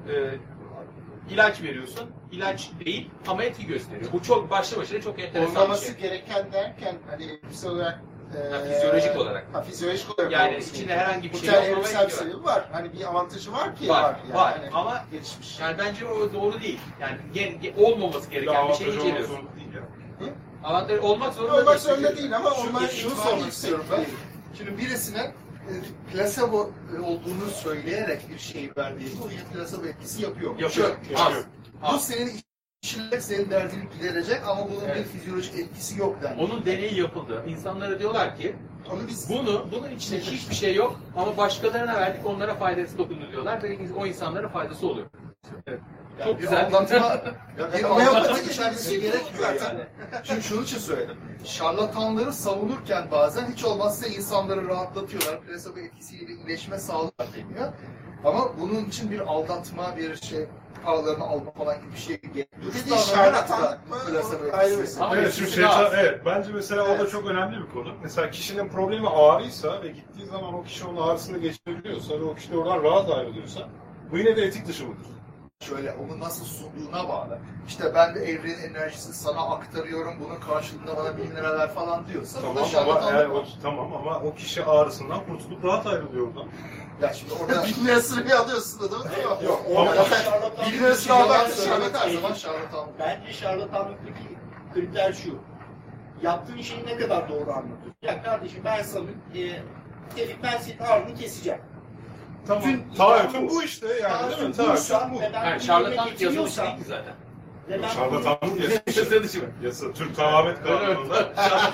İlaç veriyorsun. İlaç değil ama etki gösteriyor. Bu çok başlı başına çok enteresan bir Olmaması şey. gereken derken hani evrimsel olarak Fizyolojik olarak. Fizyolojik olarak Yani olması içinde gerekiyor. herhangi bir Bu şey tane yok. evrimsel Olmaya bir gidiyor. sebebi var. Hani bir avantajı var ki Var, yani. var. Hani Ama gelişmiş. yani bence o doğru değil. Yani olmaması gereken bir şey Avantajı olmak inceliyorsun. zorunda değil ya. Avantaj olmak zorunda Olmak değil. zorunda değil ama onlar Şunu ihtimali sormak yüksek. istiyorum ben. Şimdi birisine plasebo olduğunu söyleyerek bir şey verdiğinde o yine plasebo etkisi yapıyor mu? Yapıyor. Yapıyor. Bu senin işinle senin derdini giderecek ama bunun Evet. bir fizyolojik etkisi yok dendi. Onun deneyi yapıldı. İnsanlara diyorlar ki Onu biz bunun içinde hiçbir şey yok ama başkalarına verdik onlara faydası dokundu diyorlar ve o insanlara faydası oluyor. Evet. Yani Çok bir güzel. anlatma, bir Homeopati anlatma gibi içermesi bir şey gerekmiyor zaten. yani. Şimdi şunun için söyledim. Şarlatanları savunurken bazen hiç olmazsa insanları rahatlatıyorlar. Plasebo etkisiyle iyileşme sağlıyorlar deniyor. Ama bunun için bir aldatma, bir şey paralarını alma falan gibi bir şey gerekiyor. Bu dediğin şarlatanlık mı? Plasebo O ayrı etkisi. mesele. Ama Evet, şimdi etkisi daha az. evet, bence mesela o da Evet. çok önemli bir konu. Mesela kişinin problemi ağrıysa ve gittiği zaman o kişi onun ağrısını geçirebiliyorsa ve o kişi de oradan rahat ayrılıyorsa bu yine de etik dışı mıdır? Şöyle onu nasıl sunduğuna bağlı. İşte ben de evrenin enerjisini sana aktarıyorum, bunun karşılığında bana 1000 lira ver falan diyorsa bu da Tamam ama şarlatanlık var. tamam ama o kişi ağrısından kurtulup rahat ayrılıyor oradan. Ya şimdi orada 1000 lirasını bir alıyorsun adamı değil mi? yok, Ama- orada Şarlatanlık- Bir lirası yalan almak söylemek her şarlatan. zaman şarlatanlık. Bence şarlatanlıktaki kriter şu. Yaptığın şeyi ne kadar doğru anlatıyorsun. Ya kardeşim ben sana Tevfik ben senin ağrını keseceğim. Tamam. Bütün- Taahhütün bu işte yani değil mi? Taahhütün bu. Yani şarlatanlık yazılışı değil ki zaten. Şarlatanlık Yasa dışı mı? yasa. Türk Tahammüt Kanunu'nda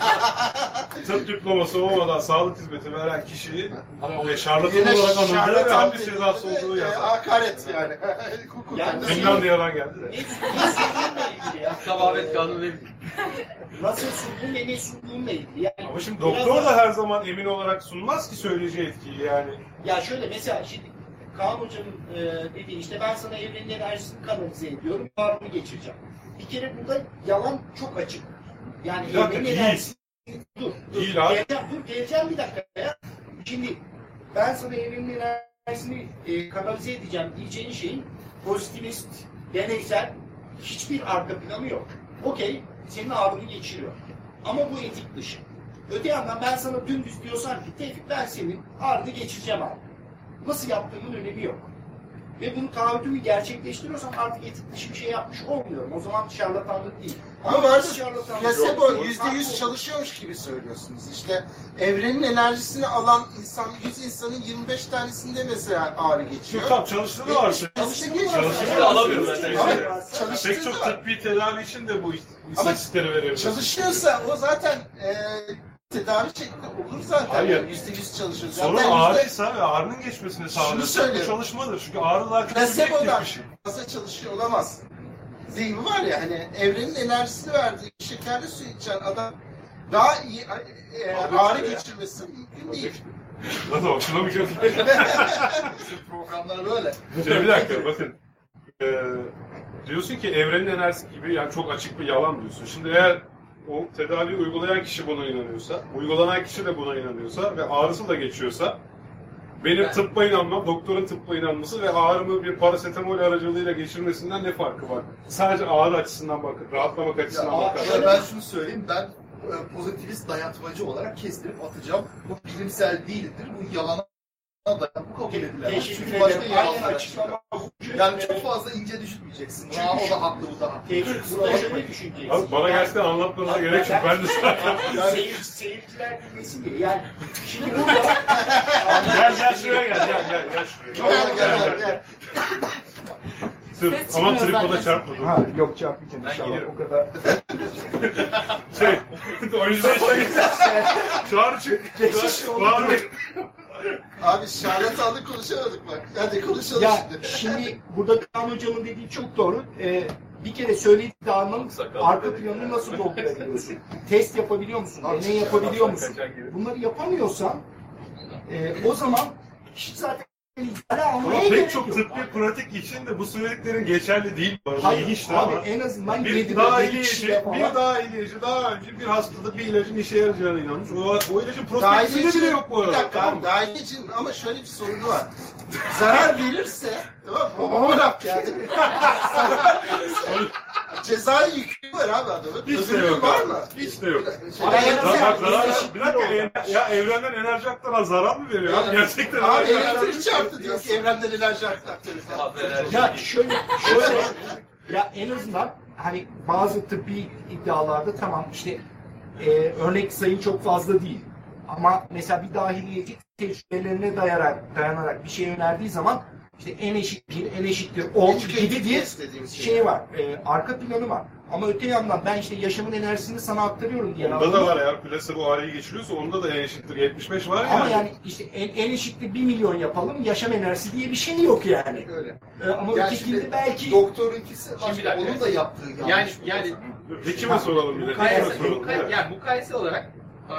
tıp diploması olmadan sağlık hizmeti veren kişiyi ve şarlatan Yine olarak anıldığı ve şarlatan hapis cezası olduğu yazar. hakaret yani. Hukuken Yani- de. Finlandiya'dan geldi de. Ne sunduğunla ilgili ya. Tabavet kanunu ne bileyim. Nasıl sunduğun ve ne sunduğunla ilgili. Yani Ama şimdi biraz doktor da her zaman emin olarak sunmaz ki söyleyeceği etkiyi yani. Ya şöyle mesela şimdi Kaan Hoca'nın dediği işte ben sana evrenin enerjisini kanalize ediyorum, ağrını geçireceğim. Bir kere burada yalan çok açık. Yani Bir dakika, evrenin değil. enerjisi... Dur, Değil abi. geleceğim bir dakika ya. Şimdi ben sana evrenin enerjisini kanalize edeceğim diyeceğin şeyin pozitivist, deneysel hiçbir arka planı yok. Okey, senin ağrını geçiriyor. Ama bu etik dışı. Öte yandan ben sana dümdüz diyorsam ki Tevfik ben senin ağrını geçireceğim abi. Nasıl yaptığımın önemi yok. Ve bunu taahhütümü gerçekleştiriyorsam artık etik dışı bir şey yapmış olmuyorum. O zaman şarlatanlık değil. Ama vardı şarlatanlık plasebo yok. %100 çalışıyormuş gibi söylüyorsunuz. İşte evrenin enerjisini alan insan 100 insanın 25 tanesinde mesela ağrı geçiyor. Tam çalıştığı var. Çalıştığı alamıyor zaten. Pek çok tıbbi tedavi için de bu istatistikleri verebiliriz. Çalışıyorsa o zaten tedavi şekli olur zaten. Hayır. Yani %100 çalışıyor. Sorun Zaten ağrıysa ve ağrının geçmesini sağlıyorsa bu söylüyorum. çalışmadır. Çünkü ağrılar çok Placebo'dan subjektif bir şey. fazla çalışıyor olamaz. Deyimi var ya hani evrenin enerjisini verdiği şekerli su içen adam daha iyi ağrı geçirmesi mümkün değil. Nasıl bak şuna bir kere. Bizim programlar böyle. Bir dakika bakın. Diyorsun ki evrenin enerjisi gibi yani çok açık bir yalan diyorsun. Şimdi eğer o tedaviyi uygulayan kişi buna inanıyorsa, uygulanan kişi de buna inanıyorsa ve ağrısı da geçiyorsa benim tıbba inanmam, doktorun tıbba inanması ve ağrımı bir parasetamol aracılığıyla geçirmesinden ne farkı var? Sadece ağrı açısından bakın, rahatlamak açısından bakın. Ben şunu söyleyeyim, ben pozitivist dayatmacı olarak kestirip atacağım. Bu bilimsel değildir, bu yalana dayan, bu kabul edilemez. Teşekkür Çünkü başka ederim. Aynen yalanlar açıklama. çıkıyor. Yani çok fazla ince düşmeyeceksin. Aa, o da haklı, bu da haklı. Tevfik burada şöyle düşüneceksin. Abi bana gerçekten anlatmanıza gerek yok. Ben de zaten... Seyirciler dinlesin diye. Yani şimdi burada Gel şuraya gel şuraya. Gel. Sırf, ama tripoda çarpma dur. Ha, yok çarpmayacağım Ben inşallah. gidiyorum. O kadar. Oyuncu çağır çık. Geçiş oldu. Bağır. Abi şarlatanlık konuşamadık bak. Hadi konuşalım ya şimdi. şimdi burada Kaan Hocam'ın dediği çok doğru. bir kere söylediği anlamın Sakallı arka dedi. planını nasıl doldurabiliyorsun? Test yapabiliyor musun? Deney yapabiliyor musun? Kaçan gibi. Bunları yapamıyorsan o zaman kişi zaten hala Ama almaya pek gerek çok yok. tıbbi pratik için de bu söylediklerin geçerli değil. Bu arada Hayır ilginçtir abi ama. en azından Bir 7 dahiliyeci, daha önce bir hastada bir ilacın işe yarayacağına inanmış. O ilacın prospektinde bile yok bu Bir arada. dakika Tamam abi, mı? dahiliyecinin ama şöyle bir sorunu var. Zarar verirse, tamam mı? O laf geldi. Cezai yükü var abi adamın. Hiç de Öbürünün yok var abi. mı? Hiç de yok. Bir Hayır, dakika, ya evrenden enerji aktaran zarar mı veriyor? Abi gerçekten Abi enerji elektrik çarptı diyor ki evrenden enerji aktarıyor. Ya şöyle ya en azından hani bazı tıbbi iddialarda tamam işte örnek sayı çok fazla değil. Ama mesela bir dahiliyeci tecrübelerine dayanarak bir şey önerdiği zaman işte n eşit 1, n eşittir 10 gibi bir şey var. Arka planı var. Ama öte yandan ben işte yaşamın enerjisini sana aktarıyorum diye. Onda da var, eğer placebo haleyi geçiriyorsa onda da en eşittir 75 var ya. Ama yani işte en eşittir 1 milyon yapalım, yaşam enerjisi diye bir şey yok yani. Öyle. Ama Yani ötekinde şimdi belki doktorunkisi başka, bir dakika. onun da yaptığı yanlış. Yani Hekime soralım bir de. Hekime soralım. yani mukayese olarak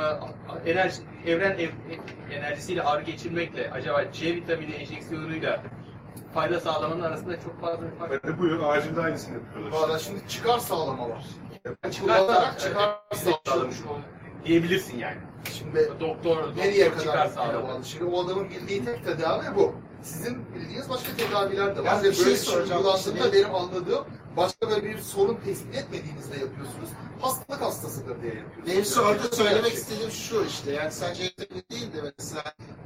evren enerjisiyle ağrı geçirmekle acaba C vitamini enjeksiyonuyla fayda sağlamanın arasında çok fazla bir fark var. Hadi buyur, acilde aynısını yapıyorlar. Valla şimdi çıkar sağlama var. Çıkar Kullanarak çıkar sağlamış sağlamış. diyebilirsin yani. Şimdi Doktor nereye çıkar kadar sağlamış. bağlı? Şimdi o adamın bildiği tek tedavi bu. Sizin bildiğiniz başka tedaviler de var. Yani Ve bir şey böyle bir şey soracağım. uygulandığında Şimdi- benim anladığım başka böyle bir sorun tespit etmediğinizde yapıyorsunuz. Hastalık hastasıdır diye yapıyorsunuz. Benim şu orada Çok söylemek gerçek. istediğim şu işte, yani sen C vitamini değil de mesela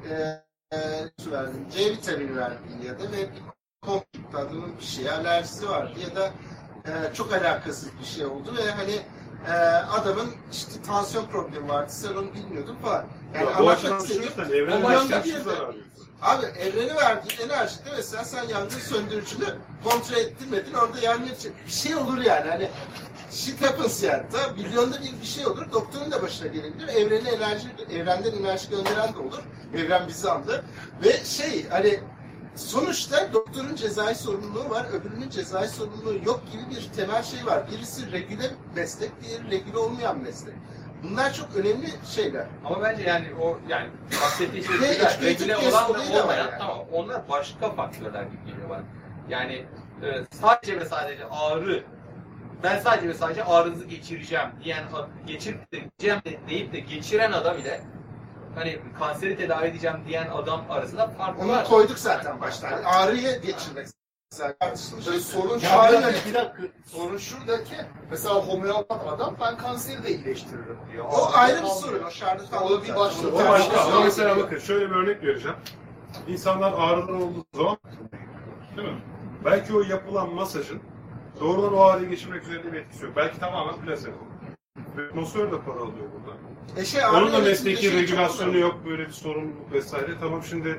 şu verdin, C vitamini verdin ya da ve bir konflikt adının bir şeye alerjisi vardı ya da çok alakasız bir şey oldu ve hani adamın işte tansiyon problemi vardı, sen onu bilmiyordun falan. Yani Bu anlatmak açıdan istediğim, düşünürsen evrenin o başka yönde bir şey bir de- zarar veriyor. Abi evreni verdiğin enerjide mesela sen yangın söndürücünü kontrol ettirmedin, orada yangın için bir şey olur yani, hani shit happens yani, da milyonda bir şey olur, doktorun da başına gelebilir, evrenden enerji gönderen de olur, evren bizi anlar ve şey hani sonuçta doktorun cezai sorumluluğu var, öbürünün cezai sorumluluğu yok gibi bir temel şey var. Birisi regüle meslek, diğeri regüle olmayan meslek. Bunlar çok önemli şeyler. Ama bence yani o yani bahsettiği şey Ve güzel. educated Regüle guess olan olayı da da var olmayan yani. tamam onlar başka faktörler gibi geliyor bana. Yani sadece ve sadece ağrı ben sadece ve sadece ağrınızı geçireceğim diyen geçireceğim deyip de geçiren adam ile hani kanseri tedavi edeceğim diyen adam arasında fark Onu var. koyduk zaten baştan. Ağrıyı geçirmek tartışılmış. Böyle sorun ya şurada aynen, ki, bir dakika. sorun şuradaki mesela homeopat adam ben kanseri de iyileştiririm diyor. O ayrı bir sorun. O şarlatanlık. O bir başka. O başka. Ama mesela bakın şöyle bir örnek vereceğim. İnsanlar ağrılar olduğu zaman, değil mi? Belki o yapılan masajın doğrudan o ağrıyı geçirmek üzerinde bir etkisi yok. Belki tamamen placebo. Atmosfer de para alıyor burada. Onun da mesleki regülasyonu yok, böyle bir sorumluluk vesaire. Tamam şimdi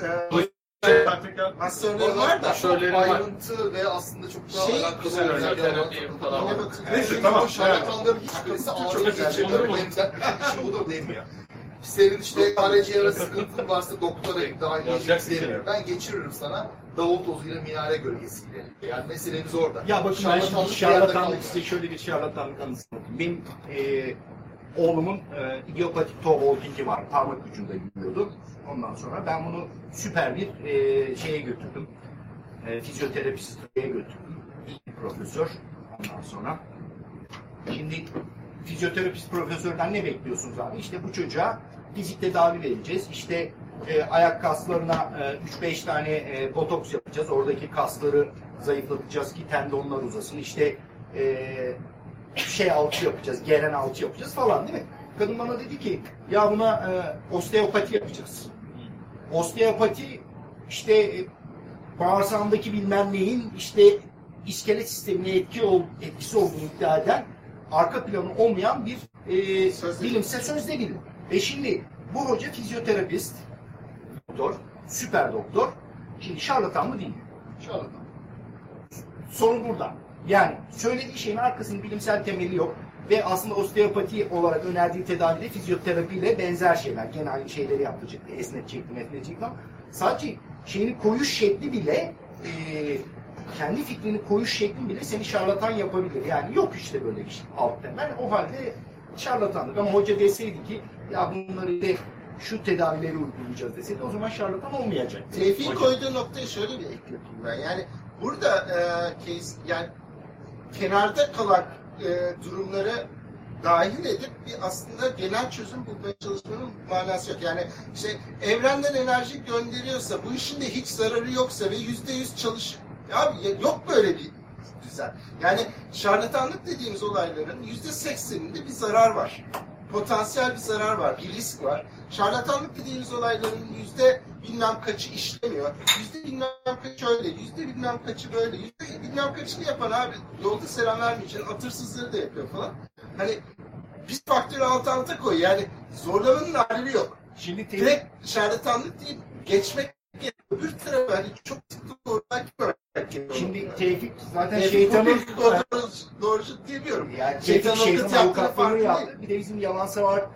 tekrar Masörlerim var da. Şöyle Çok ayrıntı ve aslında çok daha Şey, alakalı güzel özel örnek, bir terapi alan. falan var. Neyse, tamam. O şarlatanların hiçbirisi ağrı geçirmiyor. Benim işim budur demiyor. Senin işte karaciğer sıkıntın varsa doktora git, daha iyi Yazacaksın demiyor. Ben geçiririm sana davul tozuyla minare gölgesiyle. Yani meselemiz orada. Ya bakın ben şimdi Şarlatanlık bir yerde şarlatanlık kalmıyor. size şöyle bir şarlatanlık anısı anlatayım. Benim oğlumun idiopatik toe holdingi var. Parmak ucunda yürüyordu. Ondan sonra ben bunu süper bir şeye götürdüm. Fizyoterapistliğe götürdüm. İyi bir profesör. Ondan sonra. Şimdi fizyoterapist profesörden ne bekliyorsunuz abi? İşte bu çocuğa fizik tedavi vereceğiz. İşte ayak kaslarına 3-5 tane botoks yapacağız. Oradaki kasları zayıflatacağız ki tendonlar uzasın. İşte şey alçı yapacağız, geren alçı yapacağız falan değil mi? Kadın bana dedi ki ya buna osteopati yapacağız. Osteopati işte bağırsağındaki bilmem neyin işte iskelet sistemine etkisi olduğunu iddia eden arka planı olmayan bir bilimsel sözde bilim. Ve şimdi bu hoca fizyoterapist, doktor, süper doktor. Şimdi şarlatan mı değil mi? Şarlatan. Sorun burada. Yani söylediği şeyin arkasının bilimsel temeli yok. Ve aslında osteopati olarak önerdiği tedavide fizyoterapiyle benzer şeyler. Gene aynı şeyleri yaptıracaktı. Esnetecektim ama sadece şeyini koyuş şekli bile kendi fikrini koyuş şeklin bile seni şarlatan yapabilir. Yani yok işte böyle bir şey alt temel. O halde şarlatanlık. Ama hoca deseydi ki ya bunları de şu tedavileri uygulayacağız deseydi o zaman şarlatan olmayacak. Tevfik'in Hocam. koyduğu noktaya şöyle bir ek yapayım ben. Yani burada case, yani kenarda kalan durumları dahil edip bir aslında genel çözüm bulmaya çalışmanın manası yok. Yani işte evrenden enerji gönderiyorsa, bu işin de hiç zararı yoksa ve %100 çalış... Abi yok böyle bir düzen. Yani şarlatanlık dediğimiz olayların %80'inde bir zarar var. Potansiyel bir zarar var, bir risk var. Şarlatanlık dediğimiz olayların bilmem kaçı işlemiyor. Bilmem kaçı öyle, bilmem kaçı böyle. Bilmem kaçını yapan abi yolda selam vermeyeceksin, atırsızları da yapıyor falan. Hani bir faktörü alta koy. Yani zorlamanın alemi yok. Şimdi Direkt şarlatanlık değil, geçmek gerekiyor. Öbür tarafa hani çok sıklıkla olarak gerekiyor. Şimdi Tevfik zaten Tevfik şeytanın doğrucu diyemiyorum. yani Şeytanın şeytan avukatı yaptığını avukatlığını farkındayım. yaptı. Bir de bizim yalan severler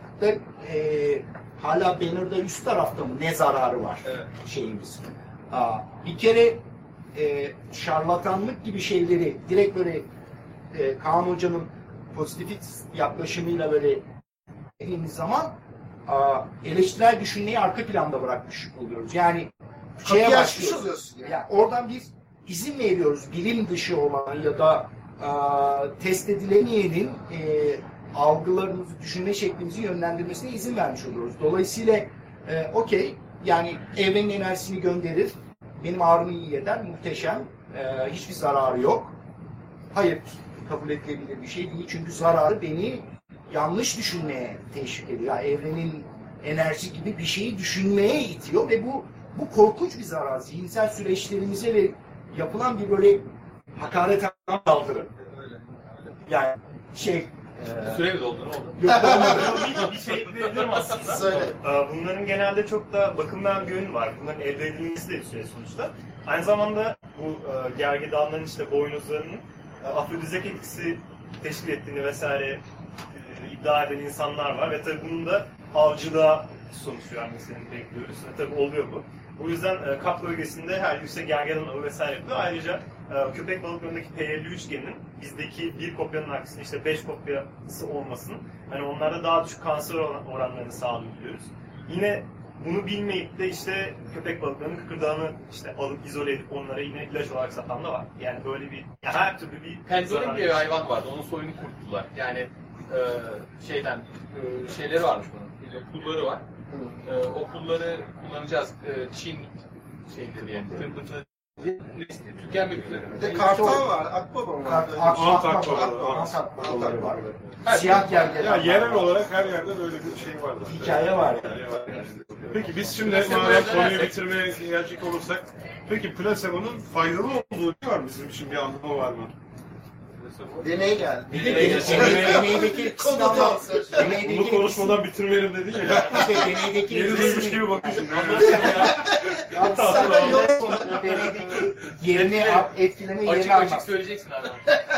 hala banner'da üst tarafta mı ne zararı var şeyimiz. Bir kere şarlatanlık gibi şeyleri direkt böyle Kaan Hoca'nın pozitivist yaklaşımıyla böyle dediğimiz zaman eleştirel düşünmeyi arka planda bırakmış oluyoruz. Yani şeye Kapıyı açmış başlıyoruz. oluyorsun. Yani. Yani oradan biz izin veriyoruz bilim dışı olan ya da test edilemeyenin algılarımızı, düşünme şeklimizi yönlendirmesine izin vermiş oluyoruz. Dolayısıyla okey, yani evrenin enerjisini gönderir, benim ağrımı iyi eder, muhteşem, hiçbir zararı yok. Hayır, kabul edilebilir bir şey değil çünkü zararı beni yanlış düşünmeye teşvik ediyor. Yani evrenin enerji gibi bir şeyi düşünmeye itiyor ve bu korkunç bir zarar. Zihinsel süreçlerimize ve yapılan bir böyle hakaret saldırı. Yani Süre mi doldu? Ne oldu? yok olmadı. bir şey ekleyebilirim aslında. Söyle. Bunların genelde çok da bakımdan bir yönü var. Bunların elde edilmesi de bir şey sonuçta. Aynı zamanda bu gergedanların işte boynuzlarının afrodizyak etkisi teşkil ettiğini vesaire iddia eden insanlar var ve tabii bunun da avcılığa sonuç vermesini bekliyoruz. Tabii oluyor bu. O yüzden kap bölgesinde her yüksek gergedan avı vesaire yapıyor. Ayrıca köpek balıklarındaki P53 geninin bizdeki bir kopyanın aksine işte 5 kopyası olmasının hani onlarda daha düşük kanser oranlarını sağlıyoruz. Yine bunu bilmeyip de işte köpek balıklarının kıkırdağını işte alıp izole edip onlara yine ilaç olarak satan da var. Yani böyle bir her türlü bir Penzorin diye bir hayvan vardı. Onun soyunu kurttular. Yani şeyleri varmış bunun. Pulları var. O pulları kullanacağız. Çin şeyleri diye. Tırpıtı tükenmek üzere. Bir de kartal var, akbaba var. Akbabaları var. Siyah gergedan. Ya yerel olarak her yerde böyle bir şey var. Hikaye var yani. Peki biz şimdi madem konuyu bitirmeye gelecek olursak, peki plasebonun faydalı olduğu ne var bizim için, bir anlamı var mı? Deney geldi. Bir de deneydeki Bunu konuşmadan bitirmeyelim dedik ya. deneydeki Yeni duymuş gibi bakıyorsun. deneydeki yerini etkileme yerini Açık açık almak. söyleyeceksin abi.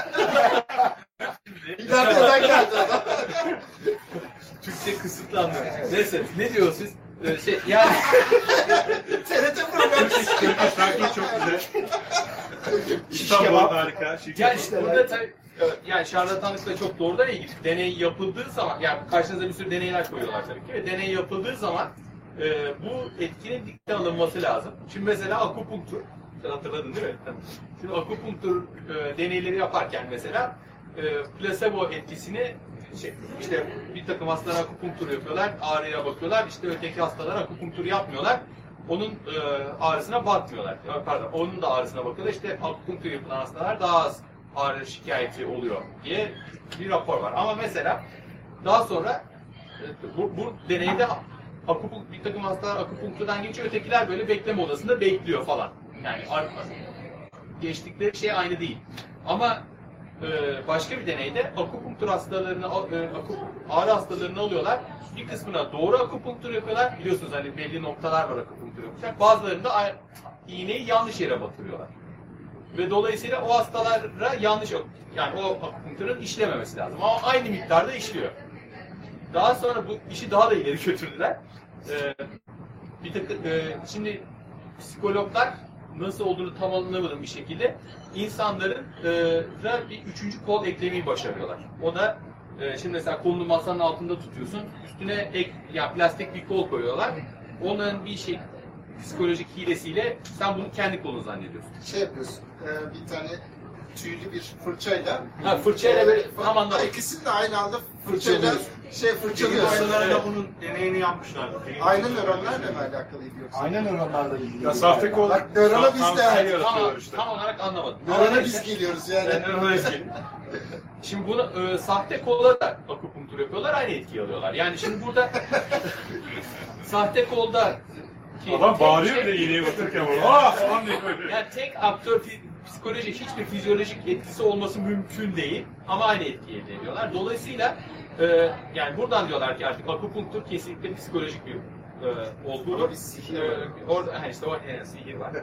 İleriden geldi adam. Türkçe kısıtlı anlıyor. Neyse ne diyorsunuz siz? Yani TRT programı. Sakin, çok güzel. İstanbul harika. yani burada tabii yani şarlatanlıkla çok doğrudan ilgili. Deney yapıldığı zaman, yani karşınıza bir sürü deneyler koyuyorlar tabii ki ve deney yapıldığı zaman bu etkinin dikkate alınması lazım. Şimdi mesela akupunktur, sen hatırladın değil mi? Şimdi akupunktur deneyleri yaparken mesela plasebo etkisini işte bir takım hastalara akupunktur yapıyorlar, ağrıya bakıyorlar, işte öteki hastalara akupunktur yapmıyorlar. Onun ağrısına bakmıyorlar. Pardon, onun da ağrısına bakıyorlar. İşte akupunktur yapılan hastalar daha az ağrı şikayeti oluyor diye bir rapor var. Ama mesela daha sonra bu deneyde bir takım hastalar akupunkturdan geçiyor, ötekiler böyle bekleme odasında bekliyor falan. Yani geçtikleri şey aynı değil. Ama başka bir deneyde akupunktur hastalarını, ağrı hastalarını alıyorlar. Bir kısmına doğru akupunktur yapıyorlar. Biliyorsunuz hani belli noktalar var akupunktur yapacak. Bazılarında iğneyi yanlış yere batırıyorlar. Ve dolayısıyla o hastalara yanlış, yani o akupunkturun işlememesi lazım. Ama aynı miktarda işliyor. Daha sonra bu işi daha da ileri götürdüler. Şimdi psikologlar nasıl olduğunu tam anlamadığım bir şekilde insanların da bir üçüncü kol eklemeyi başarıyorlar. O da şimdi mesela kolunu masanın altında tutuyorsun, üstüne plastik bir kol koyuyorlar. Onların bir psikolojik hilesiyle sen bunu kendi kolun zannediyorsun. Şey yapıyorsun, bir tane tüylü bir fırçayla Fırçayla böyle tam anladım. İkisini de aynı anda fırçayla fırçalıyorsun. Aynalarda bunun deneyini yapmışlardı. Ayna nöronlarla mı alakalıydı yoksa? Ayna nöronlarla ilgili. Ya sahte kol. Bak nörona biz de yani. Tam olarak anlamadım. Nörona biz geliyoruz yani. Şimdi bunu sahte kolla da akupunktur yapıyorlar, aynı etkiyi alıyorlar. Yani şimdi burada sahte kolda Adam bağırıyor bile iğneyi batırırken böyle. Aa falan diye böyle. yani tek aktör psikolojik hiçbir fizyolojik etkisi olması mümkün değil ama aynı etkiyi elde ediyorlar. Dolayısıyla yani buradan diyorlar ki artık akupunktur kesinlikle psikolojik bir olgudur. Orada işte o sihir var.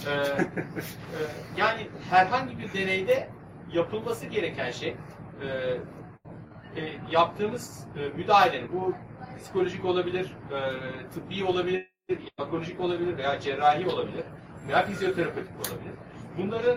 Yani herhangi bir deneyde yapılması gereken şey yaptığımız müdahalenin bu psikolojik olabilir, tıbbi olabilir, ekolojik olabilir veya cerrahi olabilir veya fizyoterapetik olabilir. Bunların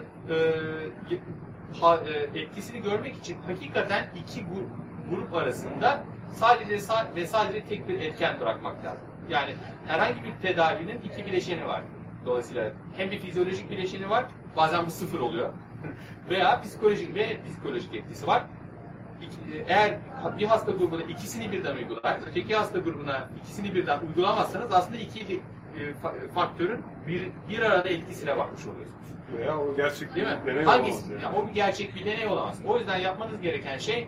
etkisini görmek için hakikaten iki grup arasında sadece tek bir etken bırakmak lazım. Yani herhangi bir tedavinin iki bileşeni var. Dolayısıyla hem bir fizyolojik bileşeni var, bazen bu sıfır oluyor. Veya psikolojik etkisi var. Eğer bir hasta grubuna ikisini birden uygular, öteki hasta grubuna ikisini birden uygulamazsanız aslında iki faktörün bir arada etkisine bakmış oluyorsunuz. Ya o gerçek Değil mi? deney Hangisi? olamaz Yani o bir gerçek bir deney olamaz. O yüzden yapmanız gereken şey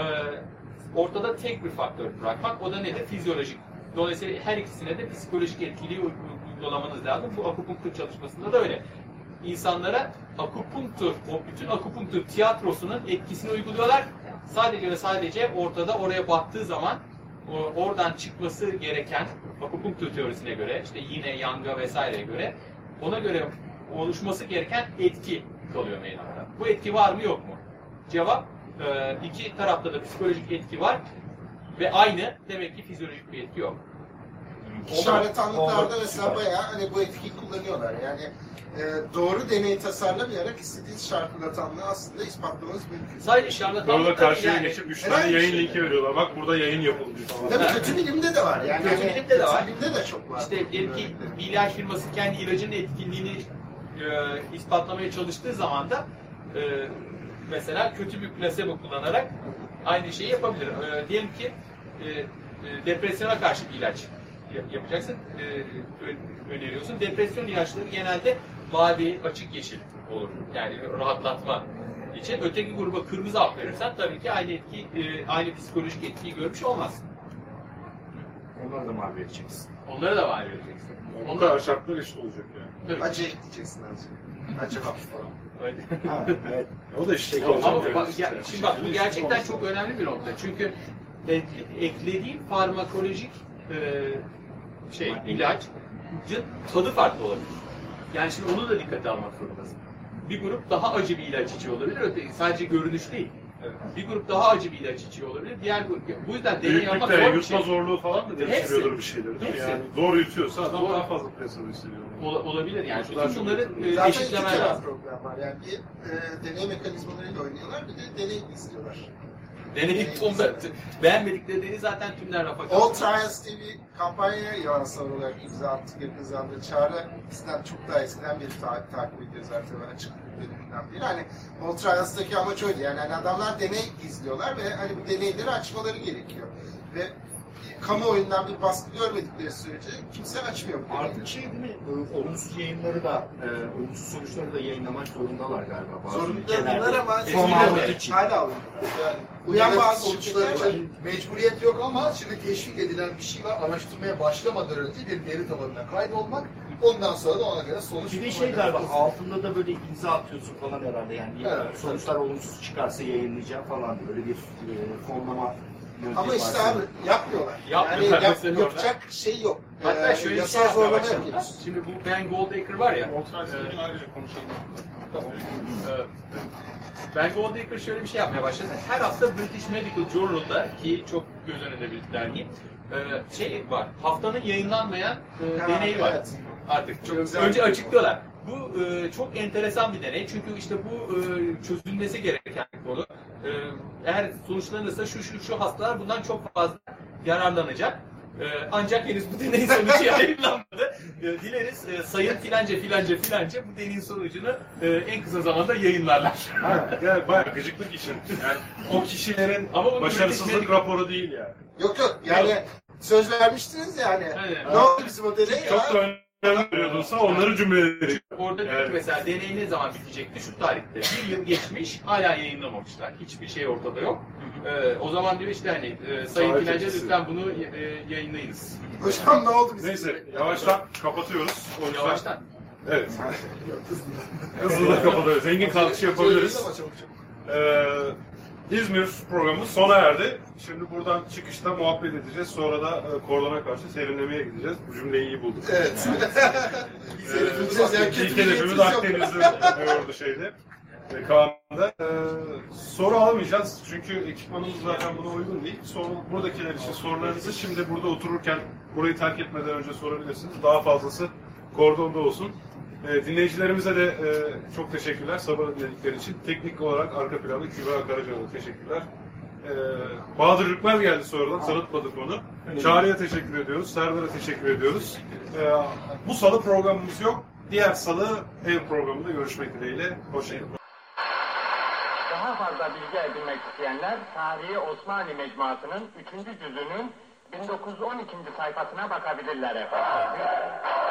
ortada tek bir faktör bırakmak. O da nedir? Fizyolojik. Dolayısıyla her ikisine de psikolojik etkiliği uygulamanız lazım. Bu akupunktur çalışmasında da öyle. İnsanlara akupunktur, o bütün akupunktur tiyatrosunun etkisini uyguluyorlar. Sadece ve sadece oraya baktığı zaman oradan çıkması gereken akupunktur teorisine göre, işte yine Young'a vesaireye göre, ona göre oluşması gereken etki kalıyor meydanda. Bu etki var mı yok mu? Cevap, iki tarafta da psikolojik etki var ve aynı, demek ki fizyolojik bir etki yok. Şarlatanlıklarda mesela bayağı hani bu etkiyi kullanıyorlar. Yani doğru deneyi tasarlamayarak istediğiniz şarlatanlığı aslında ispatlamanız mümkün. Sadece şarlatanlık Orada değil karşıya yani. geçip 3 tane yayın linki veriyorlar. Bak burada yayın yapıldı falan. Tabii kötü bilimde de var. Yani Kötü hani bilimde de var. Kötü bilimde de çok var. İşte diyelim ki bir ilaç firması kendi ilacının etkinliğini ispatlamaya çalıştığı zaman da mesela kötü bir plasebo kullanarak aynı şeyi yapabilir. Diyelim ki depresyona karşı bir ilaç yapacaksın, öneriyorsun. Depresyon ilaçları genelde mavi, açık yeşil olur. Yani rahatlatma için. Öteki gruba kırmızı hap verirsen tabii ki aynı psikolojik etkiyi görmüş olmazsın. Onları da mavi vereceksin. Onlara da mavi vereceksin. O kadar şartlar eşit olacak yani. Tabii. Acı ekleyeceksin azıcık. Acı hap falan. Evet. O da işte Ama şimdi bak bu gerçekten çok önemli bir nokta. Çünkü eklediğin farmakolojik ilacın tadı farklı olabilir. Yani şimdi onu da dikkate almak zorundasın. Bir grup daha acı bir ilaç içiyor olabilir. Sadece görünüş değil. Bir grup daha acı bir ilaç içiyor olabilir. Diğer grup. Bu yüzden deney yapmak büyüklükte zor bir yutma şey. zorluğu falan da değiştiriyordur bir şeyleri değil mi? Yani doğru yutuyorsa adam Doğru. daha fazla plasebo hissediyor. Olabilir yani. Çocuklar Bütün bunları Zaten iki eşitlemen tane lazım. program var. Yani bir deney mekanizmalarıyla oynuyorlar, bir de deney izliyorlar. Deneyip beğenmedikleri deneyi zaten tümler rafa All kalıyor. Trials diye bir kampanyaya yalanlar olarak imza attık yakın zamanda. Çağrı bizden çok daha eskiden beri takip ediyoruz zaten açık bölümünden beri. Hani All Trials'taki amaç oydu. Yani hani adamlar deney izliyorlar ve hani bu deneyleri açmaları gerekiyor. Ve kamuoyundan bir baskı görmedikleri sürece kimse açmıyor bu deneyleri. Artık şey değil mi? Olumsuz yayınları da, olumsuz sonuçları da yayınlamak zorundalar galiba. Bazı Zorundalar ama Formallık için. hala alınıyor. Yani uyan bazı sonuçları şirketler için mecburiyet yok ama şimdi teşvik edilen bir şey var. Araştırmaya başlamadan önce bir veri tabanına kaydolmak. Ondan sonra da ona göre sonuç. Bir de şey galiba altında da böyle imza atıyorsun falan herhalde yani Evet. sonuçlar olumsuz çıkarsa yayınlayacağım falan diye böyle bir fonlama yöntemi ama işte var. abi yapmıyorlar. Yapmıyorlar Yani mesela yapacak şey yok. Hatta şöyle bir şey yasal yapmaya zorlama başladılar. yapıyoruz. Şimdi bu Ben Goldacre var ya. ayrıca konuşalım. Ben Goldacre şöyle bir şey yapmaya başladı. Her hafta British Medical Journal'da, ki çok göz önünde bir dergi, Şey var, haftanın yayınlanmayan deneyi var. Evet. Artık çok Güzel. önce açıklıyorlar. Bu çok enteresan bir deney çünkü işte bu çözülmesi gereken bir konu. Eğer sonuçlanırsa şu hastalar bundan çok fazla yararlanacak. Ancak henüz bu deneyin sonucu yayınlanmadı. Dileriz sayın filanca bu deneyin sonucunu en kısa zamanda yayınlarlar. Yani bayağı gıcıklık için. Yani o kişilerin Ama başarısızlık raporu değil yani. Yok yani söz vermiştiniz yani. Aynen. Ne oldu bizim o deney Çok ya? da önemli veriyordunsa onları cümleleri. Orada diyor ki mesela deney ne zaman bitecekti? Şu tarihte. Bir yıl geçmiş, hala yayınlamamışlar. Hiçbir şey ortada yok. O zaman diyor işte hani sayın Tarih filanca etkisi. lütfen bunu yayınlayınız. Hocam ne oldu bizim? Neyse yavaştan kapatıyoruz. O yüzden- Yavaştan. Evet. Hızlı da kapatıyoruz. Zengin kalkışı yapabiliriz. Ama çabuk. İzmir programı sona erdi. Şimdi buradan çıkışta muhabbet edeceğiz. Sonra da kordona karşı serinlemeye gideceğiz. Bu cümleyi iyi bulduk. Evet. Biz hedefimiz yani kötü İlk bir hedefimiz niyetimiz yok. Akdeniz'de diyordu şeyde. Kaan'da. Soru alamayacağız. Çünkü ekipmanımız zaten buna uygun değil. Buradakiler için sorularınızı şimdi burada otururken burayı terk etmeden önce sorabilirsiniz. Daha fazlası kordonda olsun. Dinleyicilerimize de çok teşekkürler sabır dinledikleri için. Teknik olarak arka planda Kübra Karacan'a teşekkürler. Bahadır Rükmez geldi sonradan, tanıtmadık onu. Çağrı'ya teşekkür ediyoruz, Serdar'a teşekkür ediyoruz. Bu salı programımız yok. Diğer salı ev programında görüşmek dileğiyle. Hoşçakalın. Daha fazla bilgi edinmek isteyenler Tarihi Osmanlı Mecmuası'nın 3. cüzünün 1912. sayfasına bakabilirler efendim.